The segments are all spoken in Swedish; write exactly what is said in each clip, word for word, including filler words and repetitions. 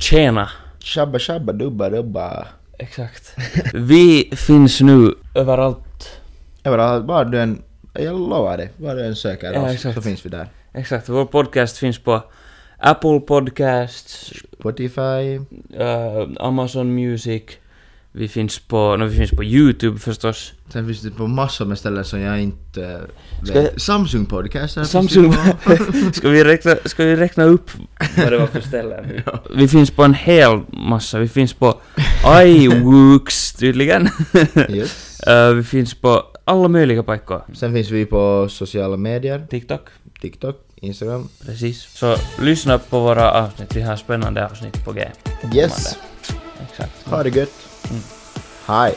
Tjena. Shabba shabba dubba dubba. Exakt. Vi finns nu överallt. Överallt, bara du en, jag lovar det, bara du en söker Ja, oss exakt. så finns vi där. Exakt, vår podcast finns på Apple Podcasts, Spotify. uh, Amazon Music. Vi finns på, no, vi finns på YouTube förstås. Sen finns det på massor med ställen som jag inte uh, Ska vet. jag- Samsung podcast. här Samsung. finns det på. Ska vi räkna, ska vi räkna upp vad det var för ställen? Ja. Vi finns på en hel massa. Vi finns på iWooks tydligen. Yes. Uh, vi finns på alla möjliga paikkoja. Sen finns vi på sociala medier. TikTok. TikTok, Instagram. Precis. Så lyssna på våra avsnitt. Vi har spännande avsnitt på G. Yes. Exakt. Ha det gött. Mm. Hej.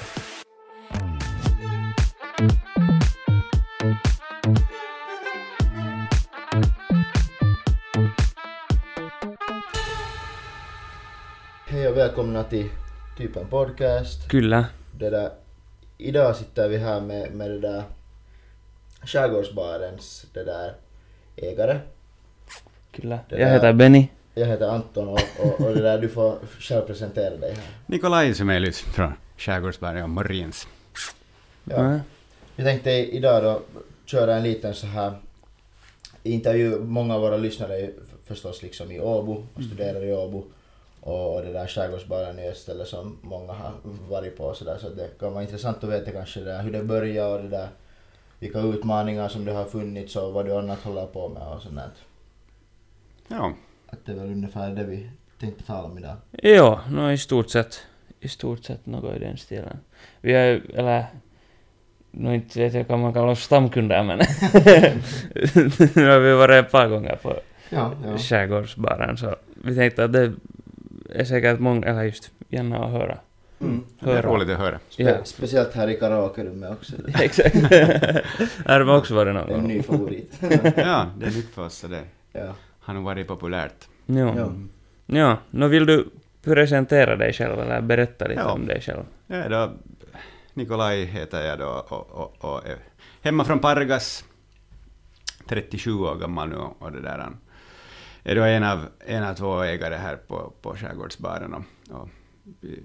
Hej och välkomna till typ en podcast. Kyllä. Det där, idag sitter vi här med, med det där Skärgårdsbarens det där ägare. Kyllä. Det Jag där- heter Benny. Jag heter Anton och, och, och det där, du får själv presentera dig här. Nikolaj Semelius från Skärgårdsberg och Morins. Ja. Mm. Jag tänkte idag då köra en liten så här intervju. Många av våra lyssnare är ju f- förstås liksom i Åbo och studerar i Åbo. Och, och det där Skärgårdsbaren är ett ställe som många har varit på och så där. Så det kan vara intressant att veta kanske det där, hur det börjar och det där, vilka utmaningar som det har funnits och vad du annat håller på med och sånt där. Ja, Att det är väl ungefär det vi tänkte tala om idag. Jo, no, i stort sett. I stort sett något i den stilen. Vi är ju, eller... No, inte vet jag kan man kalla oss stamkunder, men... Nu har vi varit ett par gånger på Ja, ja. Skärgårdsbaren, så vi tänkte att det är säkert många, eller just gärna att höra. Mm. det är roligt att höra. Spe- Ja. Speciellt här i karaoke-rummet också. Exakt. Här har vi också varit någon En gång. ny favorit. Ja, det är nytt för oss så det Ja. har nog varit populärt. Jo. Ja. Ja, nu vill du presentera dig själv eller berätta lite Ja. om dig själv? Ja, då, Nikolaj heter jag då och, och, och är hemma från Pargas, trettiosju år gammal nu och det där. Är då en av, en av två ägare här på, på Skärgårdsbaren och, och vi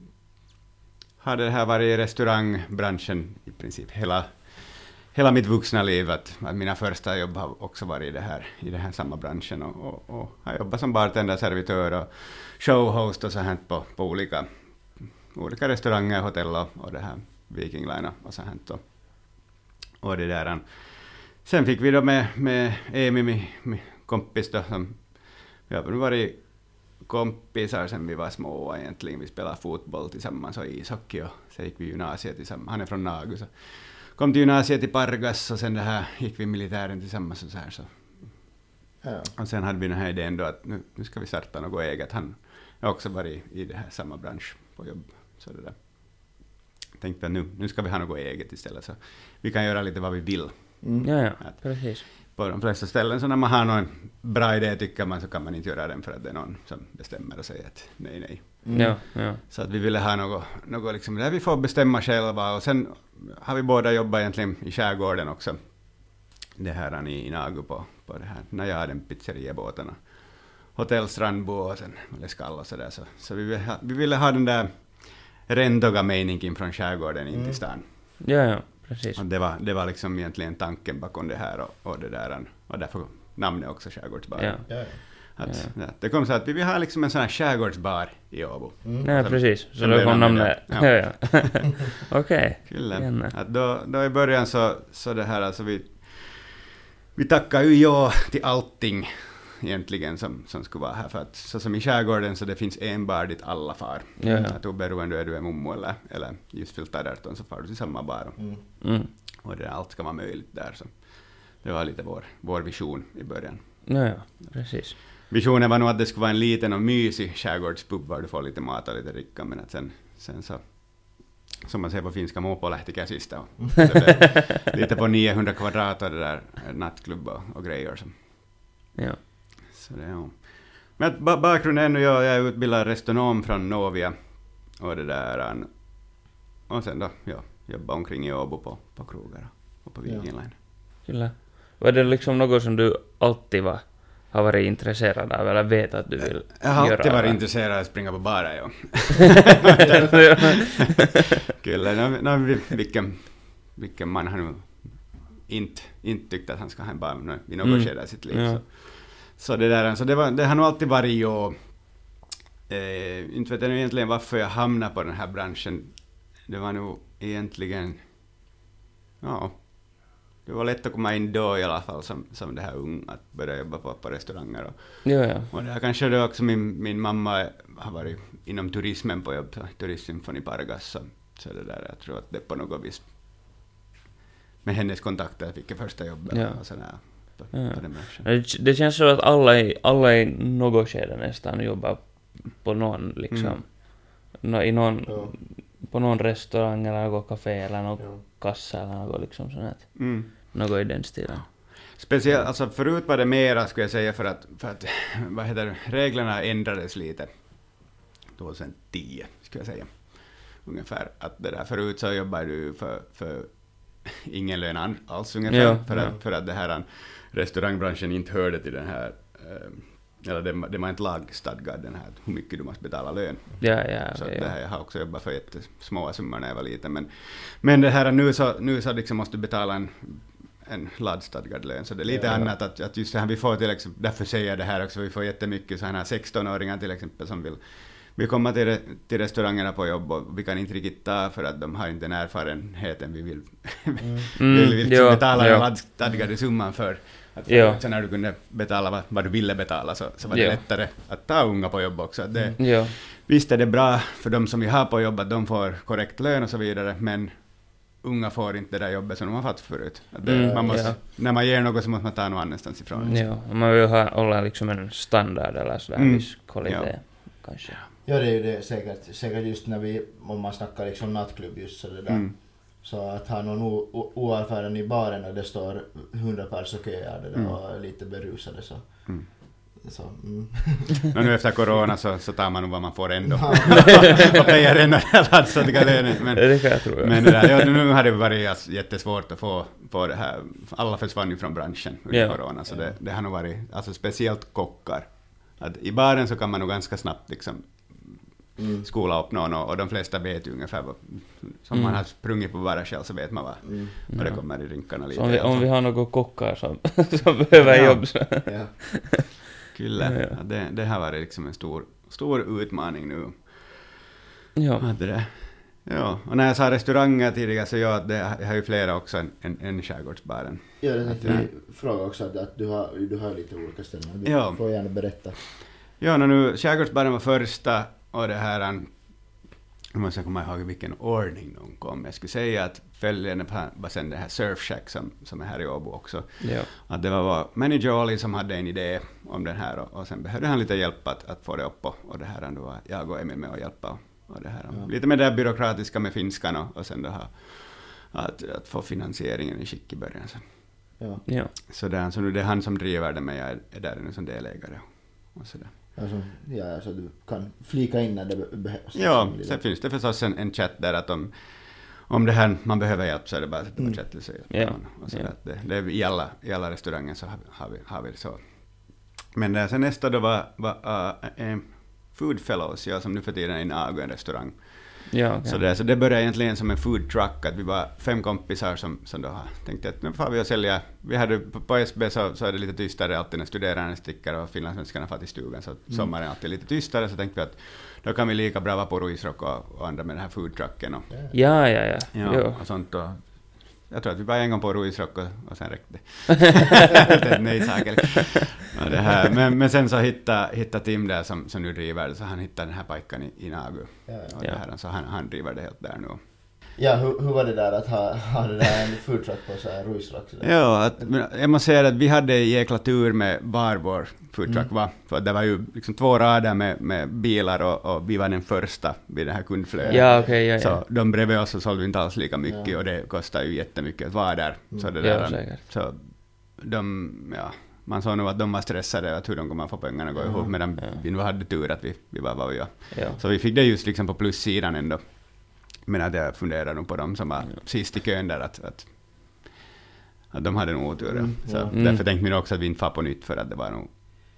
har det här varit i restaurangbranschen i princip hela, hela mitt vuxna liv. Att, att mina första jobb har också varit i det här, i den här samma branschen och, och, och har jobbat som bartender, servitör och showhost och så här på, på olika, olika restauranger, hotell och, och det här Viking Line och så här. Och, och det där. Sen fick vi då med, med Emi, min, min kompis då, som vi har varit kompisar sen vi var små egentligen. Vi spelade fotboll tillsammans och ishockey och sen gick vi gymnasiet tillsammans. Han är från Nagu så kom till gymnasiet i Pargas och sen det här gick vi militären tillsammans och så här så. Ja. Och sen hade vi den här idén då att nu, nu ska vi starta något eget. Han har också varit i det här samma bransch på jobb. Så det där. Tänkte att nu, nu ska vi ha något eget istället så vi kan göra lite vad vi vill. Mm. Ja, ja, Att- precis. På de flesta ställen så när man har någon bra idé tycker man så kan man inte göra den för att det är någon som bestämmer och säger att nej, nej. Mm. Ja, ja. Så att vi ville ha något, något liksom där vi får bestämma själva och sen har vi båda jobbat egentligen i skärgården också. Det här i Nagu på, på det här Najaden pizzeriabåtarna. Hotell Strandbo och sen Leskall och sådär. Så, så vi, ville ha, vi ville ha den där rändoga meningen från skärgården in Mm. till stan. Ja, ja, precis. Och det var, det var liksom egentligen tanken bakom det här och, och det där. Och därför namnet också Skärgårdsbar. Ja. Ja, ja. Att, ja. Det kom så att vi vill ha liksom en sån här skärgårdsbar i Åbo. Mm. Nej, sen- precis. Så sen då blev kom namnet namnet. det. Ja, Ja. ja. Okej. Kyllä. Jännä. Att då, då i början så, så det här alltså vi, vi tackar ju ja till allting egentligen som, som skulle vara här. För att så som i skärgården så det finns en bar dit alla far. Ja, ja. Att oberoende är du en mummo eller, eller just fyllt arton så far du till samma bar. Mm. Mm. Och det, allt ska vara möjligt där. Så det var lite vår, vår vision i början. Ja, ja, precis. Visionen var nog att det skulle vara en liten och mysig skärgårdspub var du får lite mat och lite dricka, men att sen, sen så, som man ser på finska, Mopo lähti käsistä. Och det blev lite på niohundra kvadrat och det där nattklubb och, och grejer. Så, Ja. så det, ja. Men att ba- bakgrunden är nu, jag, jag är utbildad restonom från Novia och det där, och sen då, ja, jobba omkring i Åbo på, på krogar och på Viking Line. Kyllä. Var det liksom något som du alltid var, har varit intresserad av eller vet att du vill Jag har göra? alltid varit eller? intresserad av att springa på bara, ja. Kyllä, no, no, vilken, vilken man har nu inte, inte tyckt att han ska ha en barn no, i något Mm. skede av sitt liv. Ja. Så, så, det, där, så det, var, det har nog alltid varit och, eh, inte vet jag nu egentligen varför jag hamnade på den här branschen. Det var nog egentligen, ja, det var lätt att komma in då i alla fall som, som det här ung, att börja jobba på, på restauranger. Och, Ja, ja. och det här kanske det också min, min mamma har varit inom turismen på jobb, turistsymfoni Pargas, så, så det där, jag tror att det på något vis med hennes kontakter fick jag första jobbet Ja. och sådär på, Ja. på den branschen. Det, det känns så att alla i, alla i något skede nästan jobbar på någon liksom, Mm. nå, i någon, Ja. på någon restaurang eller något café eller någon Ja. kassa eller något liksom sånt här. Mm. Något i den stilen. Speciellt, alltså förut var det mera, skulle jag säga, för att, för att vad heter det, reglerna ändrades lite tjugohundratio, skulle jag säga. Ungefär. Att det där, förut så jobbar du för, för ingen lön an- alls ungefär, Ja, för, ja. Att, för att det här restaurangbranschen inte hörde till den här, eh, eller det, det var inte lagstadgad den här, hur mycket du måste betala lön. Ja, ja, Så okej, det ja. här, jag har också jobbat för jättesmå summor när jag var liten. Men, men det här nu så, nu så liksom måste du betala en, en lagstadgad lön. Så det är lite Ja. annat att, att just det här, vi får till exempel, därför säger jag det här också, vi får jättemycket så här sexton-åringar till exempel som vill vi kommer till, till restaurangerna på jobb och vi kan inte riktigt ta för att de har inte den erfarenheten vi vill, Mm. vill, vill liksom ja, betala ja. den lagstadgade summan för. Att för Ja. så när du kunde betala vad, vad du ville betala så, så var det Ja. lättare att ta unga på jobb också. Att det, Ja, Visst är det bra för de som vi har på jobb att de får korrekt lön och så vidare, men unga får inte det där jobbet som de har fått förut. Att det, Mm, man måste, ja. När man ger något så måste man ta något annanstans ifrån. ja. Och man vill ha, hålla liksom en standard eller sådär, Mm. viss kvalitet kanske. Ja, det är ju det säkert. Säkert just när vi, om man snackar liksom nattklubb just så det där. Mm. Så att ha någon o- o- oerfaren i baren och det står hundra pers och köar det där Mm. och är lite berusade så. Mm. så mm. Och nu efter corona så, så tar man nog vad man får ändå. Ja. och pengar ändå lagstadga lönen. Men, Det kan jag tro. Ja. men det där, ja, nu har det varit alltså jättesvårt att få, få det här. Alla försvann ju från branschen under Ja. corona, så det, det har nog varit, alltså speciellt kockar. Att i baren så kan man nog ganska snabbt liksom Mm. skola upp någon och, och de flesta vet ju ungefär vad, som Mm. man har sprungit på bara själv så vet man vad, Mm. vad det Ja. kommer i rinkarna lite. Så om vi, i alla om fall. vi har några kockar som, som behöver Ja. jobb så. Ja. Kyllä, Ja, ja. ja, det, det har varit liksom en stor, stor utmaning nu. Ja. Att det där. Ja, och när jag sa restauranger tidigare så ja, det, jag har ju flera också än, än, än skärgårdsbaren. Ja, det tänkte Ja. vi fråga också att, att du, har, du har lite olika ställen. Du Ja. får gärna berätta. Ja, no, nu skärgårdsbaren var första och det här, an- jag måste komma ihåg i vilken ordning de kom. Jag skulle säga att följande var sen det här Surf Shack som, som är här i Åbo också. Ja. Att det var vår manager Olli som hade en idé om den här och, och sen behövde han lite hjälp att, att få det upp och, och det här då var jag och Emil med och hjälpa och, och det här. Ja. Lite med det här byråkratiska med finskan och, och sen då ha, att, att få finansieringen i skick i början. Så, Ja. Ja. så, där, så nu det är han som driver det men jag är, är där nu som delägare. Och så där. Alltså, ja, så du kan flika in när det be- behövs. Ja, Liksom, sen finns det förstås en, en chatt där att om, om det här man behöver hjälp så är det bara att sätta på Mm. chatt och säga Ja. och så Ja. där, att det, det är i alla, i alla restauranger så har vi, har vi, har vi så. Men där, sen nästa då var, var uh, eh, Food Fellows, ja, som nu för tiden är en A G en restaurang. Ja, okej. Så, det, så det började egentligen som en food truck, att vi var fem kompisar som, som då har tänkte att nu får vi att sälja, vi hade på, på S B så, så är det lite tystare alltid när studerande sticker och finlandssvenskarna får till stugan, så mm. sommaren är alltid lite tystare, så tänkte vi att då kan vi lika bra vara på Ruisrock och, och andra med den här food trucken och, Ja, ja, ja. ja, Jo. och sånt. Och, jag tror att vi var en gång på Ruisrock och, och sen räckte det. Nej, säkert. Ja, det här. Men, men sen så hittade, hittade Tim där som, som nu driver det, så han hittade den här pajkan i, i Nagu. Ja, ja. Och det här, så han, han driver det helt där nu. Ja, hur, hur var det där att ha, ha det där en food truck på så här Ruisrock? så där? Ja, att, men jag måste säga att vi hade jäkla tur med var vår food truck Mm. var. För det var ju liksom två rader med, med bilar och, och vi var den första vid det här kundflödet. Ja, okej, ja, Så ja. de bredvid oss så sålde vi inte alls lika mycket Ja. och det kostar ju jättemycket att vara där. Mm. Så det Ja, där, säkert. så de, ja, man såg nog att de var stressade att hur de kommer få pengarna att gå Ja. ihop, medan Ja. vi nu hade tur att vi, vi var vad vi var. Ja. Så vi fick det just liksom på plussidan ändå. Men att jag funderar nog på dem som var Ja. sist i kön där, att, att, att de hade nog otur. Mm, Så ja. Mm. därför tänkte vi nog också att vi inte får på nytt, för att det var nog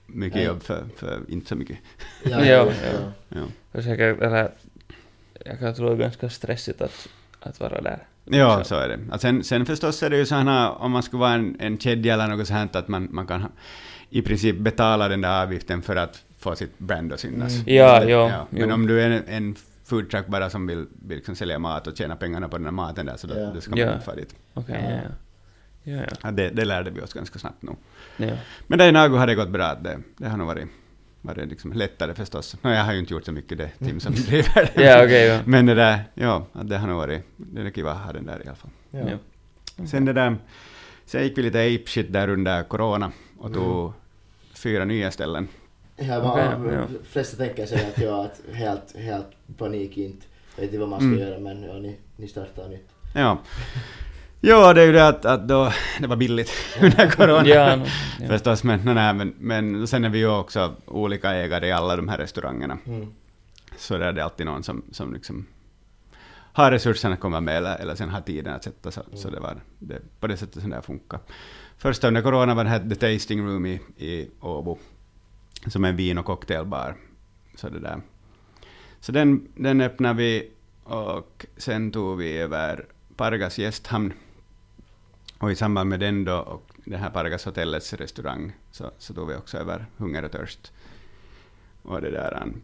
mycket Nej. jobb för, för inte så mycket. Ja, Ja, ja. ja. Ja. Och säkert, eller, jag kan tro det är ganska stressigt att, att vara där. Ja, så är det. Att sen, sen förstås är det ju så här, om man skulle vara en, en kedja eller något sånt, att man, man kan ha, i princip betala den där avgiften för att få sitt brand att synas. Mm. Ja, Men- ja, Men jo. om du är en, en food truck bara som vill, vill liksom sälja mat och tjäna pengarna på den här maten där, så då, Ja. då ska man Ja. inte få dit. Okej, Ja. ja, ja. Ja, ja. Ja, det, det lärde vi oss ganska snabbt nog. ja. Men där i Nago har det gått bra. Det, det har nog varit, varit liksom lättare förstås. No, jag har ju inte gjort så mycket det, Tim som driver det. Ja, okej, ja. Men det där, ja, att det har nog varit, det är kiva att ha den där i alla fall. Ja. Ja. Sen det där, sen gick vi lite ape shit där under corona och tog fyra nya ställen. Ja, man, Okej, ja. de flesta tänker sig att jag att helt, helt panik inte vet inte vad man ska Mm. göra, men ja, ni, ni startar nytt. Ja. Ja, det är ju det att, att då, det var billigt under corona. Ja, no, ja. Förstås, men, no, nej, men, men sen är vi ju också olika ägare i alla de här restaurangerna. Mm. Så där är det alltid någon som, som liksom har resurserna att komma med eller, eller sen har tiden att sätta. Så, Mm. så det var det, på det sättet som det här funkar. Första under corona var det här The Tasting Room i, i Åbo, som är en vin- och cocktailbar. Så, det där. så den, den öppnade vi och sen tog vi över Pargas gästhamn. Och i samband med den då och det här Pargas hotellets restaurang så, så tog vi också över Hunger och törst. Och det där. um,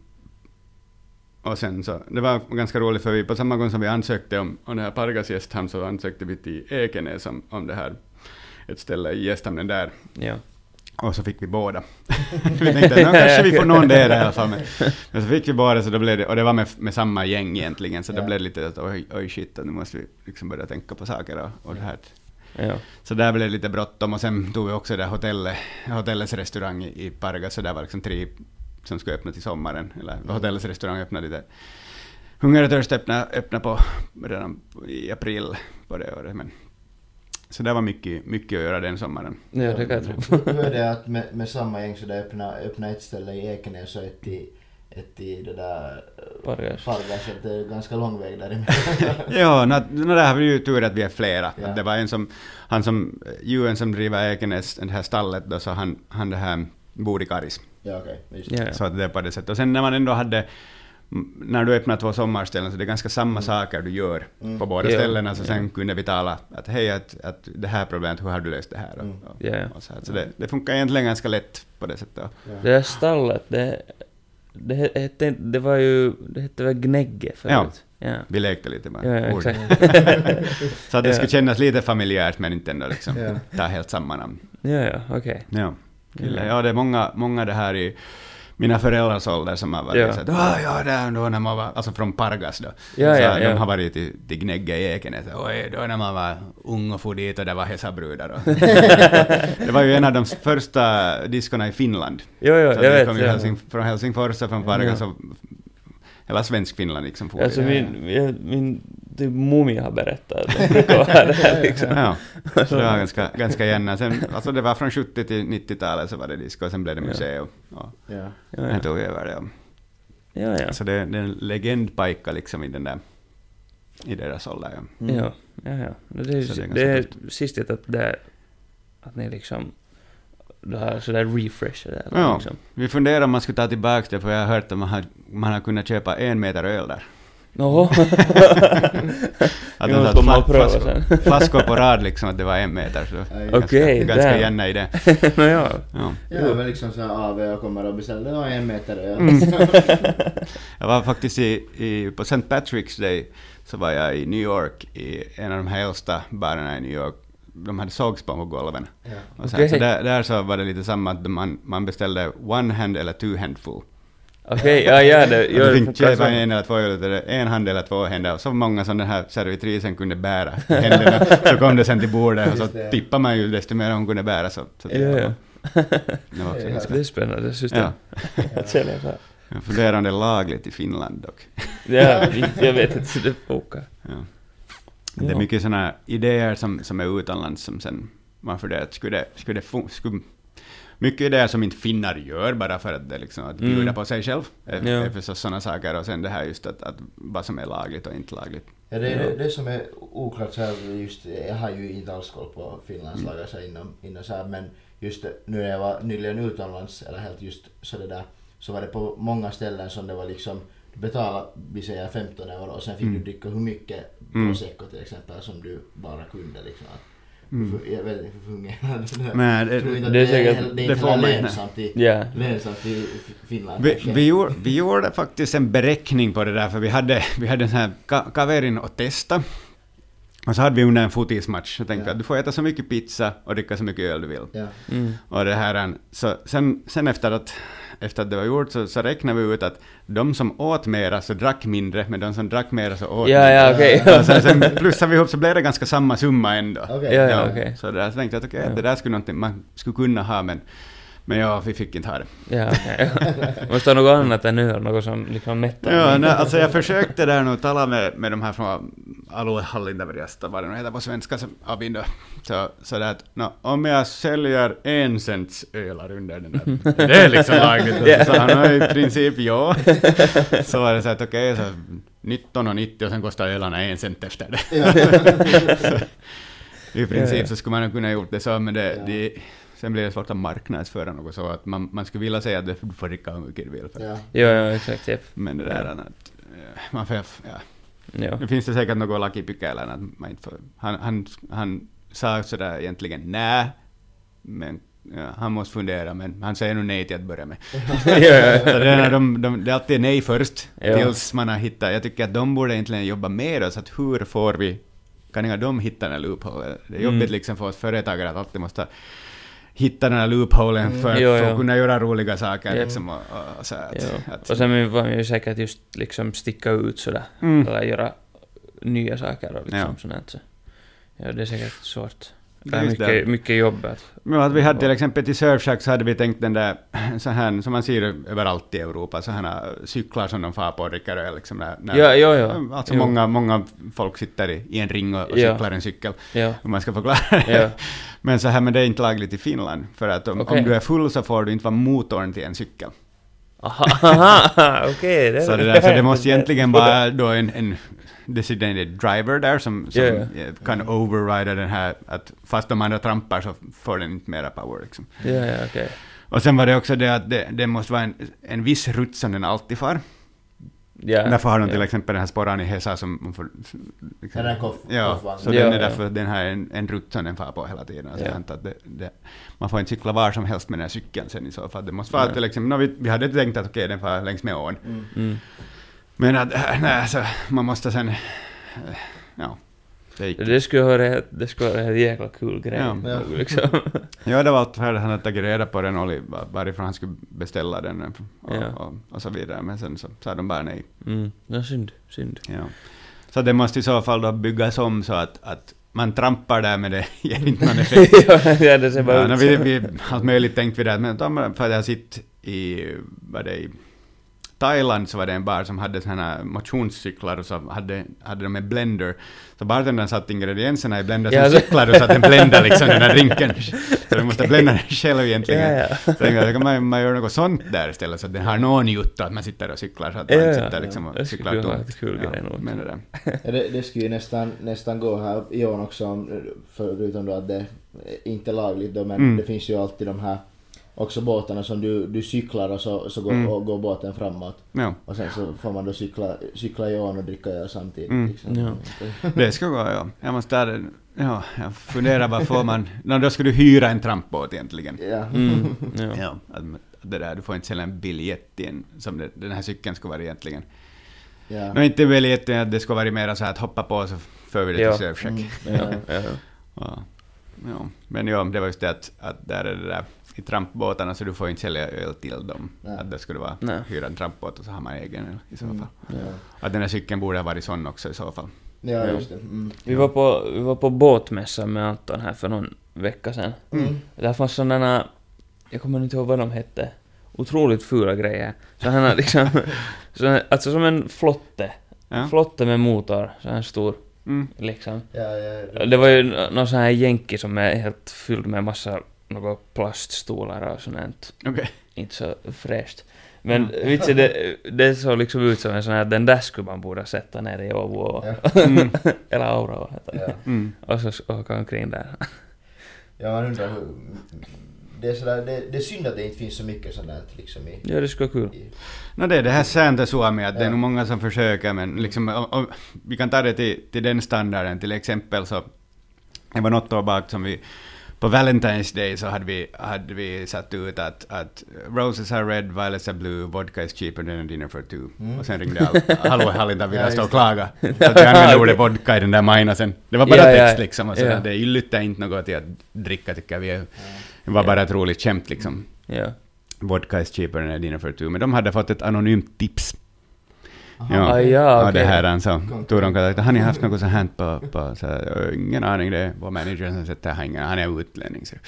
Och sen så, det var ganska roligt för vi på samma gång som vi ansökte om, om det här Pargas gästhamn så ansökte vi till Ekenäs om, om det här, ett ställe i gästhamnen där. Ja. Och så fick vi båda. Vi tänkte, no, kanske vi får någon där i alla fall. Men, men så fick vi båda, så då blev det, och det var med, med samma gäng egentligen, så Ja. då blev det lite att oj, oj shit, nu måste vi liksom börja tänka på saker och, och det här. Ja. Så där blev det lite bråttom och sen tog vi också det hotellet, hotellets restaurang i, i Pargas, så där var liksom tre som skulle öppna till sommaren, eller Mm. hotellets restaurang öppnade lite. Hunger och törst öppna, öppna på redan i april på det året, men så det var mycket, mycket att göra den sommaren. Ja, det kan jag tro. Hur är det att med, med samma gäng så det öppna, öppna ett ställe i Ekenäs och ett i, ett i det där Pargas. Pargas, att det är ganska lång väg däremellan. Ja, nå, nå, där har vi ju tur att vi är flera. Ja. Att det var en som, han som, Juen som driver Ekenäs, det här stallet då, så han, han det här bor i Karis. Ja, okej, just det. Ja, ja. Så att det är på det sättet. Och sen när man ändå hade, m- när du öppnar två sommarställen så det är ganska samma saker du gör Mm. på båda Ja, ställena. Så ja. sen kunde vi tala att hej, att, att det här problemet, hur har du löst det här? Och, Mm. och, Ja, ja. och så här. Så det, det funkar egentligen ganska lätt på det sättet. Ja. Det där stallet, det, det, hette, det var ju, det hette väl Gnägge förut. Ja. Vi lekte lite med Ja, ja, ord. exakt. Så att det Ja. skulle kännas lite familjärt men inte ändå liksom Ja. ta helt samma namn. Ja, ja, okej. Ja. Ja. Ja, det är många, många det här i mina föräldrars ålder som har varit Ja. så att ah, ja, där då när man var, alltså från Pargas då. Ja, så ja, de ja. har varit till, till Gnägge i Ekenäs. Oj, då när man var ung och for dit och det var hesabrudar. Och det var ju en av de första diskorna i Finland. Jo, jo, så jag det vet. kom ju Ja. Helsing, från Helsingfors och från Pargas och hela svensk Finland liksom for Alltså dit. min, jag, min typ mummi har berättat att de brukar vara där liksom. Ja, så det var ganska, ganska gärna. Sen, alltså det var från sjuttio till nittio-talet så var det disco och sen blev det Ja. museum. Och Ja. Ja, jag ja. tog över det. Ja, ja. Så det, det är en legendpajka liksom i den där, i deras ålder. Ja. Mm. Ja, ja, ja. Det är, Så det är det är, ganska sistigt att det är, att ni liksom, det har sådär refresh det eller Ja. liksom. Vi funderar om man skulle ta tillbaka det, för jag har hört att man har, man har kunnat köpa en meter öl där. Nå. Att Jag de måste satt komma och fla- pröva flaskor, sen. flaskor på rad liksom, att det var en meter. Så Okej, ganska, Okej, ganska damn. gärna i det. Nå ja. Ja. Ja, men liksom så här A V och kommer och beställer och en meter öl. Mm. Jag var faktiskt i, i, på Saint Patrick's Day så var jag i New York i en av de här äldsta barerna i New York. De hade sågspån på golven. Ja. Och så, Okej. så där, där så var det lite samma att man, man beställde one hand eller two handful. Okej, ja, ja, det Och gör du det fick funkar köpa så. en eller två öl, eller en hand eller två händer. Och så många som den här servitrisen kunde bära händerna. Så kom det sen till bordet och så Just det. tippade man ju desto mer hon kunde bära. Så, så Ja, ja. det var också Ja. ganska... Det är spännande system. Ja. Att sälja så här. Jag funderar om det är lagligt i Finland dock. Ja, jag vet inte hur det funkar. Ja. Det är Ja. mycket sådana idéer som, som är utomlands som sen man funderar att skulle det, skulle det fun- skulle, mycket idéer som inte finnar gör bara för att det liksom att bjuda Mm. på sig själv är, Ja. är förstås sådana saker, och sen det här just att, att vad som är lagligt och inte lagligt. Ja, det är Ja. det, det som är oklart så här, just, jag har ju inte alls koll på Finlandslagar så här inom, inom så här, men just nu när jag var nyligen utomlands eller helt just så det där så var det på många ställen som det var liksom du betalade vi säger femton euro och sen fick Mm. du dricka hur mycket Mm. prosecco till exempel som du bara kunde liksom. Mm. Jag vet inte hur fungerar det. Men Jag tror inte det, att det är det är, säkert- det är det inte får man inte. lönsamt i, Ja. lönsamt i Finland. vi, kanske. vi, gjorde, vi gjorde faktiskt en beräkning på det där, för vi hade, vi hade en sån här ka- kaverin att testa. Och så hade vi under en fotismatch och tänkte Ja. att du får äta så mycket pizza och dricka så mycket öl du vill. Ja. Mm. Och det här, så sen, sen efter, att, efter att det var gjort så, så räknade vi ut att de som åt mera så drack mindre, men de som drack mera så åt Ja, mindre. ja, okej. Och sen, sen plussade vi ihop så blev det ganska samma summa ändå. Okej. Ja, ja, okej. Så där så tänkte jag att okej, Ja. det där skulle någonting man skulle kunna ha, men, men ja, vi fick inte ha det. Ja, okej. Måste ha något annat än öl, något som liksom mättar. Ja, nej, alltså jag försökte där nu tala med, med de här från aluehallintavarjasta, vad det nu heter på svenska, som Abin då. Så, så där att, no, om jag säljer en cents ölar under den där, det är liksom lagligt. Och så sa han, no, i princip ja. Så var det så att okej, okay, så nitton och nittio och sen kostar ölarna en cent efter det. Så, i princip Ja, ja. så skulle man kunna gjort det så, men det, Ja. det sen blir det svårt att marknadsföra något så att man, man skulle vilja säga att du får dricka hur mycket du vill. För. Ja. Ja, ja, exakt, jep. Men det där att eh, man får, ja. Ja. Nu finns det säkert något lakipykälen att man inte får, han, han, han sa sådär egentligen nej, men ja, han måste fundera, men han säger nog nej till att börja med. Ja, ja, Så det, är, de, de, det är alltid nej först, Ja. tills man har hittat, jag tycker att de borde egentligen jobba med oss, att hur får vi, kan inga de hitta den här loopholen? Det är jobbigt Mm. liksom för oss företagare att alltid måste hitta den här loopholen Mm. för, Jo, för jo. att kunna göra roliga saker Ja. liksom, och, och, och så att, Ja. att, Och sen var man ju säkert just liksom sticka ut sådär. Mm. Eller göra nya saker och liksom Ja. sånt här. Så. Ja, det är säkert svårt. Det Det är är just mycket, det. mycket jobb att... Men att vi hade till exempel till Surfshack så hade vi tänkt den där, så här, som man ser överallt i Europa, så här cyklar som de far på och dricker öl. Liksom, när, när, Ja, ja, ja. Alltså Jo. många, många folk sitter i, i en ring och, och Ja. cyklar en cykel, Ja. om man ska förklara. Ja. Men så här, men det är inte lagligt i Finland, för att om, Okej. om du är full så får du inte vara motorn till en cykel. Aha, aha, okej. Så det, där, så det måste egentligen vara då en, en designated driver där som, som Ja, ja. eh, kan overrida den här, att fast de andra trampar så får den inte mera power liksom. Ja, ja, okej. Och sen var det också det att det, det måste vara en, en viss rutt som den alltid far. Ja. Därför har de ja. till exempel den här sporran i Hesa som man får... Liksom, Den här koff- ja, koffvagnen. så Ja, den är ja. därför den här en, en rutt som den far på hela tiden. Alltså Ja. jag antar att det, det, man får inte cykla var som helst med den här cykeln sen i så fall. Det måste vara Nej. till exempel, no, vi, vi hade tänkt att okej, den far längs med ån. Mm. Mm. Men att, äh, nej, så man måste sen... äh, Ja, det gick. Det skulle vara ett, det skulle vara en jäkla kul grej. Ja. Ja. Liksom. Ja, det var allt för att han hade tagit reda på den och varifrån han skulle beställa den och, Ja. och, och så vidare. Men sen så sa de bara nej. Mm. Ja, synd, synd. Ja. Så det måste i så fall då byggas om så att, att man trampar där med det ger inte någon effekt. Ja, det ser bara Ja, ut no, så. vi, vi allt möjligt tänkte vi där, men de, för att jag sitt i, vad det, i Thailand så var det en bar som hade såna här motionscyklar och så hade, hade de en blender. Så bartendern satt ingredienserna i blender som Ja, så- cyklar och så att den bländar liksom den här drinken. Så du måste blenda den själv egentligen. Ja, ja. Så jag tänkte, då kan man, man göra något sånt där istället så att den har någon jutta att man sitter och cyklar så att man Ja, inte ja, sitter ja. liksom och Det skulle cyklar kunna vara tomt. ett kul grej nog. Men det där. Ja, det, det skulle ju nästan, nästan gå här i år också, om- förutom då att det är inte lagligt då, men Mm. det finns ju alltid de här också båtarna som du, du cyklar och så, så går, Mm. och går båten framåt. Ja, Och sen så får man då cykla, cykla i ån och dricka öl samtidigt. Mm. Liksom. Ja. det ska gå, ja. Jag måste där, ja, jag funderar vad får man, no, då ska du hyra en trampbåt egentligen. Ja. Mm. Ja. Ja, att det där, du får inte sälja en biljett i en, som det, den här cykeln ska vara egentligen. Ja. Men inte biljetten, att det ska vara mer så här att hoppa på så för vi det Ja. till Surfshack. Mm. Ja, ja. Ja. Ja. Men ja, det var just det att, att där är det där i trampbåtarna så du får inte sälja öl till dem. Nej. Att det skulle vara Nej. hyra en trampbåt och så har man egen öl i så fall. Mm. Ja. Att den här cykeln borde ha varit sån också i så fall. Ja, just det. Mm. Vi var på, vi var på båtmässan med Anton här för någon vecka sedan. Mm. Där fanns sådana, jag kommer inte ihåg vad de hette, otroligt fula grejer. Så han har liksom, så, alltså som en flotte. Ja. Flotte med motor, så här stor, Mm. liksom. Ja, ja, ja. Det var ju nå- någon sån här jänki som är helt fylld med massa några plaststolar och sånt här. Okej. Inte så fräscht. Men vitsen, det, det såg liksom ut som en sån här, den där skulle man borde sätta ner i Åbo och, Ja. Mm. eller Aura och, Ja. Mm. och så åka omkring där. Ja, man undrar hur, det är sådär, det, det är synd att det inte finns så mycket sånt där liksom i... Ja, det ska vara kul. I, No, det är det här Santa Suomi, att Ja. det är nog många som försöker, men liksom, om, om, vi kan ta det till, till den standarden. Till exempel så, det var något år bak som vi, på Valentine's Day så hade vi, hade vi satt ut att, att roses are red, violets are blue, vodka is cheaper than a dinner for two. Mm. Och sen ringde all, hallå Hallinda, vill Ja, jag stå och just klaga. Så att vi använde ordet vodka i den där majnasen. Det var bara Ja, ja, text liksom. Och så ja. Det yllyttär inte något till att dricka, tycker vi. Det var bara ett roligt skämt liksom. Ja. Vodka is cheaper than a dinner for two. Men de hade fått ett anonymt tips. Aha. Ja, Ah, ja, ja okej. det här alltså. Tog de kontakt. Har ni haft något så här på, på så här, ingen aning, det är vår manager som sätter här, ingen, han är utlänning. Så.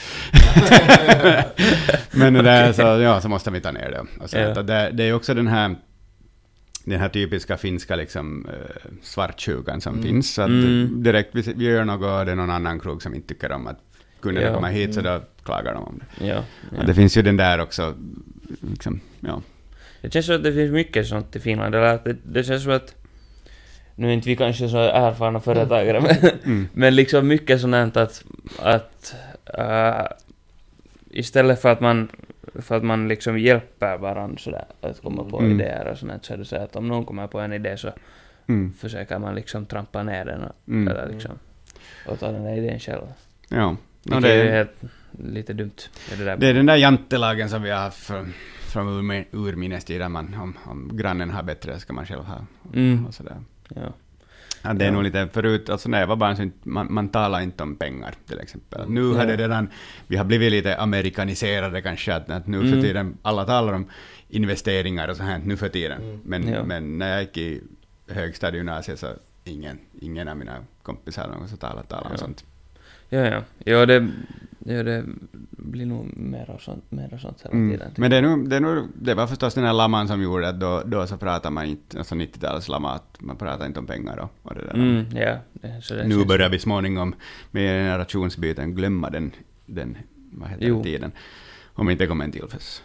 Men det där, så, ja, så måste vi ta ner det. Och så, Ja. att det, det är också den här, den här typiska finska liksom, uh, svartsjukan som Mm. finns. Så att Mm. direkt vi, vi gör något och det är någon annan krog som inte tycker om att kunderna Ja. kommer hit, så Mm. då klagar de om det. Ja. Ja. Ja. Det finns ju den där också. Liksom, ja. Det känns som att det finns mycket sånt i Finland. Eller att det, det känns som att... Nu är inte vi kanske så erfarna företagare, men, Mm. men liksom mycket sånt att... att äh, istället för att man... För att man liksom hjälper varandra sådär att komma på Mm. idéer och sånt, så är det så att om någon kommer på en idé så Mm. försöker man liksom trampa ner den och, Mm. eller liksom, och ta den där idén själv. Ja. No, Vilket det, är är, helt, lite dumt. Det, är det, där. det är den där jantelagen som vi har haft från, från urmi- urminnes tid, där man, om, om grannen har bättre ska man själv ha. Mm. Och sådär. Ja. Ja, det är Ja. nog lite förut, alltså när jag var barn så inte, man, man talar inte om pengar till exempel. Mm. Nu Ja. har det redan, vi har blivit lite amerikaniserade kanske, att, att nu för Mm. tiden, alla talar om investeringar och så här nu för tiden. Mm. Men, Ja. men när jag gick i högstadiegymnasiet så ingen, ingen av mina kompisar någon så talar, talar om Ja. sånt. Ja, ja. Ja, det, ja, det blir nog mer och sånt, mer och sånt hela Mm. tiden. Men det, är nog, det, är nog, det var förstås den här laman som gjorde att då, då så pratar man inte, alltså nittiotalslama, att man pratar inte om pengar då. Och det där. Mm, ja. Det, så det Nu känns- börjar vi småningom med generationsbyten glömma den, den vad heter Jo. det, tiden. Om inte kommer en till först.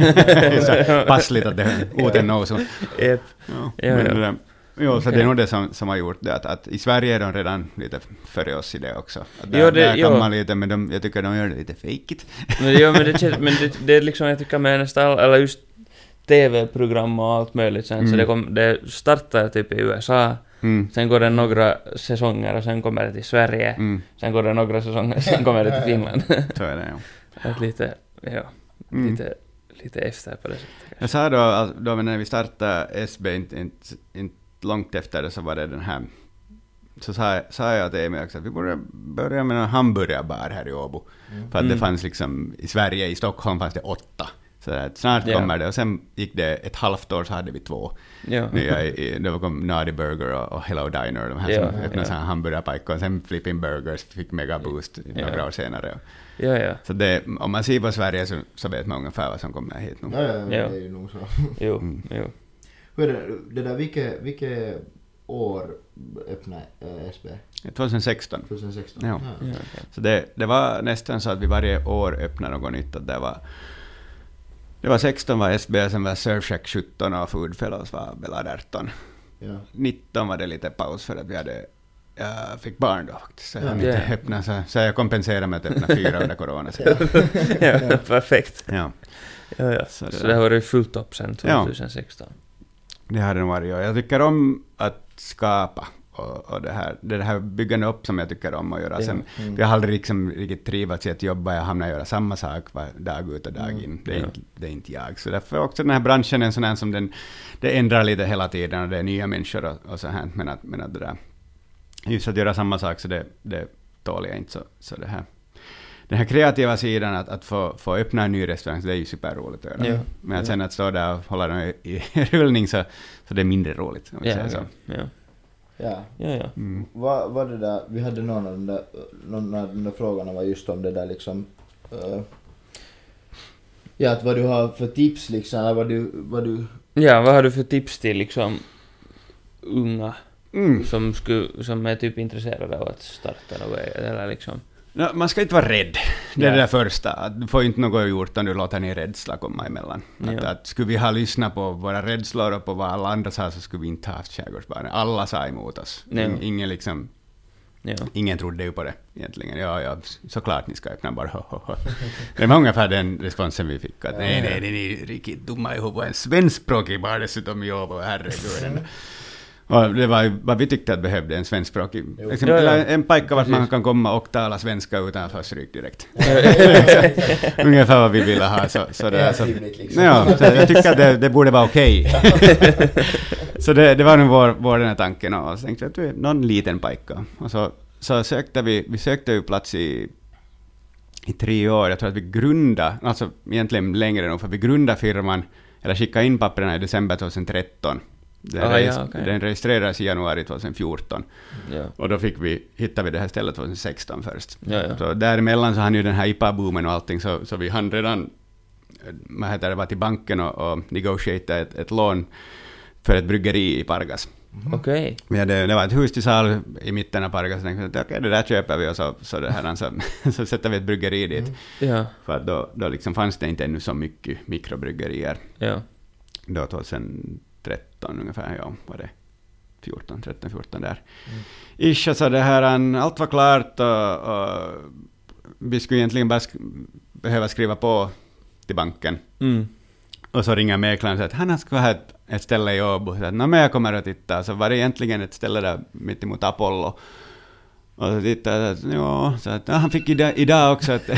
Så passligt att det är oten nå så. Japp. Ja, Ja, men ja. det där- Jo, så Okej. det är nog det som, som har gjort det, att, att i Sverige är de redan lite före oss i det också. Att där, Jo, det- där kan jo. man lite, men de, jag tycker de gör det lite fejkigt. Men, ja, men, det, känns, men det, det är liksom, jag tycker med nästan all, eller just tv-program och allt möjligt sen, Mm. så det, kom, det startar typ i U S A, Mm. sen går det några säsonger och sen kommer det till Sverige, Mm. sen går det några säsonger, sen kommer det till Finland. Så är det, ja. Att lite, ja, Mm. lite, lite efter på det sättet. Jag sa då, alltså, då när vi startade S B, inte, inte, inte långt efter det, så var det den här, så sa, sa jag till Emil också att vi borde börja med en hamburgarbar här i Åbo. Mm. För att det Mm. fanns liksom, i Sverige, i Stockholm fanns det åtta. Så att snart Ja. kommer det, och sen gick det ett halvt år så hade vi två. Ja. Nya, i, det kom Naughty Burger och, och Hello Diner, de här Ja, som öppnade ja. så här hamburgarpajkor, och sen Flipping Burgers fick mega boost några Ja. år senare. Ja, ja. Så det, om man ser på Sverige så, så vet man ungefär vad som kommer hit nu. Ja, ja, ja, Ja. det är ju nog så. Jo, Mm. jo. Hur är det, det där, vilket, vilket år öppnade äh, S B? tjugohundrasexton. tjugohundrasexton? Ja. Ja, okej. Så det, det var nästan så att vi varje år öppnade något nytt. Att det var, det var sexton var S B, sen var Surfshack sjutton och Food Fellows var väl arton. Ja. nitton var det lite paus för att vi hade, jag fick barn då faktiskt. Så jag Ja. hann inte Ja. öppna, så, så jag kompenserade med att öppna fyra under corona. Så. Ja, perfekt. Ja, Ja, ja. Så Så det det, där. har varit fullt upp sen Ja. tjugohundrasexton. det hade det varit. Och jag tycker om att skapa. Och, och det här, det här byggande upp som jag tycker om att göra. Ja. Sen, Mm. jag har aldrig liksom riktigt trivats i att jobba, jag hamnar att göra samma sak var, dag ut och dag Mm. in. Det är, Ja. inte, det är inte jag. Så därför är också den här branschen en sån här som den, det ändrar lite hela tiden och det är nya människor och, och så här. Men att, men att det där, just att göra samma sak så det, det tål jag inte. Så, så det här, den här kreativa sidan, att, att få, få öppna en ny restaurang, så det är ju superroligt att göra. Ja. Men att Ja. sen att stå där och hålla den i, i rullning så, så det är mindre roligt. Om vi Ja, säger ja, så. ja. Ja. Ja, ja. Mm. Vad var det där, vi hade någon av de där, någon av de där frågorna var just om det där liksom, uh, ja, att vad du har för tips liksom, eller vad du, vad du, Ja, vad har du för tips till liksom unga Mm. som, sku, som är typ intresserade av att starta något eget, eller liksom? No, man ska inte vara rädd. Det är Ja. det där första. Att du får inte något gjort om du låter din rädsla komma emellan. Att, Ja. att skulle vi ha lyssnat på våra rädslor och på vad alla andra sa, så skulle vi inte ha haft skärgårdsbarnen. Alla sa emot oss. Ja. In, ingen liksom Ja. Ingen trodde ju på det egentligen. Ja, ja, såklart ni ska öppna bara. Det var ungefär den responsen vi fick. Att, nej, nej, nej, ni är riktigt dumma ihop. En svenskspråkig bara dessutom jobb och herregud. Och det var ju vad vi tyckte att behövde, en svenskspråkig. Liksom, ja, ja. En pojke vart man kan komma och tala svenska utan att få stryk direkt. Ungefär vad vi ville ha. Så, så det, så, liksom. Ja, så jag tycker att det, det borde vara okej. Okay. Så det, det var nog vår, vår den här tanken. Och så tänkte jag att vi är någon liten pojke. Och så, så sökte vi, vi sökte ju plats i, i tre år. Jag tror att vi grundade, alltså egentligen längre nog, för vi grundade firman, eller skickade in papperna i december tjugohundratretton. Den, ah, regist- ja, okay. den registrerades i januari tjugohundrafjorton. Ja. Och då fick vi, hittade vi det här stället tjugohundrasexton först. Ja, ja. Så däremellan så hann ju den här I P A-boomen och allting, så, så vi hann redan vad heter det, var till banken och, och negotiata ett, ett lån för ett bryggeri i Pargas. Mm. Okej. Okay. Det, det var ett hus till salu i mitten av Pargas, och tänkte att okej, okay, det där köper vi, och så, så, det här, så, så sätter vi ett bryggeri dit. Mm. Ja. För att då, då liksom fanns det inte ännu så mycket mikrobryggerier. Ja. Då tjugohundratretton ungefär, ja, var det fjorton, tretton, fjorton där. Mm. Ish, så det här, allt var klart, och, och vi skulle egentligen bara sk- behöva skriva på till banken. Mm. Och så ringer mäklaren och säger att han ska ha ett, ett ställe i Åbo. Så att, nå, men jag kommer att titta. Så var det egentligen ett ställe där mitt emot Apollo. Och så tittade jag, att, ja, så att, ja, han fick idag, idag också. Att,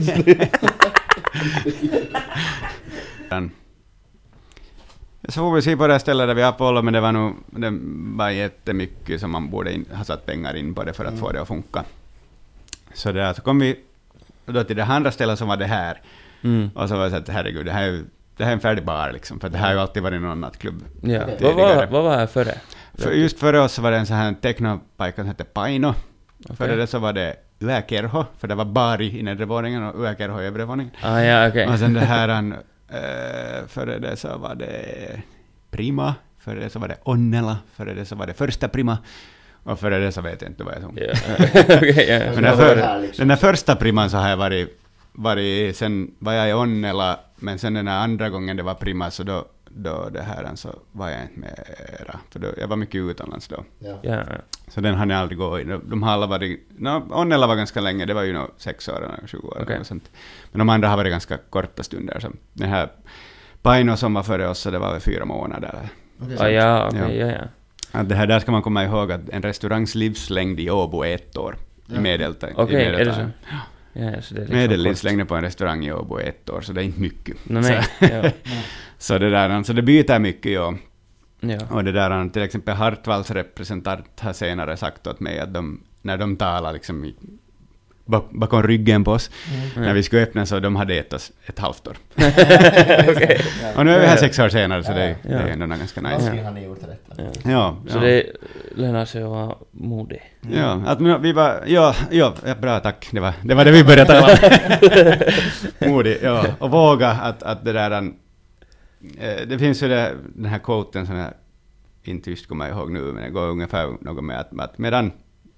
så får vi se på det stället där vi har Apollo, men det var nog det var jättemycket som man borde in, ha satt pengar in på det för att mm. få det att funka. Så, där, så kom vi då till det andra stället som var det här. Mm. Och så var det så att herregud, det här är, det här är en färdig bar liksom, för det här har ju alltid varit någon nattklubb. Ja. Vad var, vad var här före? För just före oss så var det en sån här technopajka som hette Paino. Okay. Före det så var det Yökerho, för det var bar i nedre våningen och Yökerho i övre våningen. Ah, ja, okay. Och sen det här, äh, före det så var det Prima, före det så var det Onnela, före det så var det Första Prima. Och före det så vet jag inte vad jag såg. Yeah. Okay, yeah. Men den, för, den där första priman så har jag varit, varit sen var jag i Onnela, men sen den här andra gången det var prima, så då, då det här så var jag inte mera. För då, jag var mycket utomlands då. Ja. Yeah. Så den hann jag aldrig gå i. De har alla varit, no, Onnela var ganska länge, det var ju nog sex år eller tjugo år. Okay. Och sånt. Men de andra har varit ganska korta stunder. Så den här Paino som var före oss, så det var väl fyra månader. Okay. Ah, ja, okej, okay, ja, ja. Att det här, där ska man komma ihåg att en restaurangs livslängd i Åbo är ett år. Ja. I medeltid. Okej, okay, är det så? Ja, så det är liksom medellivslängden på en restaurang i Åbo är ett år, så det är inte mycket. No, nej. Så, ja. så det där, så det byter mycket, ja. Ja. Och det där, till exempel Hartwalls representant har senare sagt åt mig att de, när de talar liksom i, bak, bakom ryggen på oss, mm. när vi skulle öppna, så de hade ett oss ett halvt år. Okay. Och nu är vi här sex år senare, så det, ja. det är ändå ganska nice. Alltså, har ni gjort rätt. Ja. Ja, så ja. det lönar sig att vara modig. Mm. Ja, att vi var, ja, ja, bra, tack. Det var det, var det vi började tala om. Modig, ja. Och våga att, att det där, äh, det finns ju det, den här quoten som jag inte just kommer ihåg nu, men det går ungefär något med att, att medan,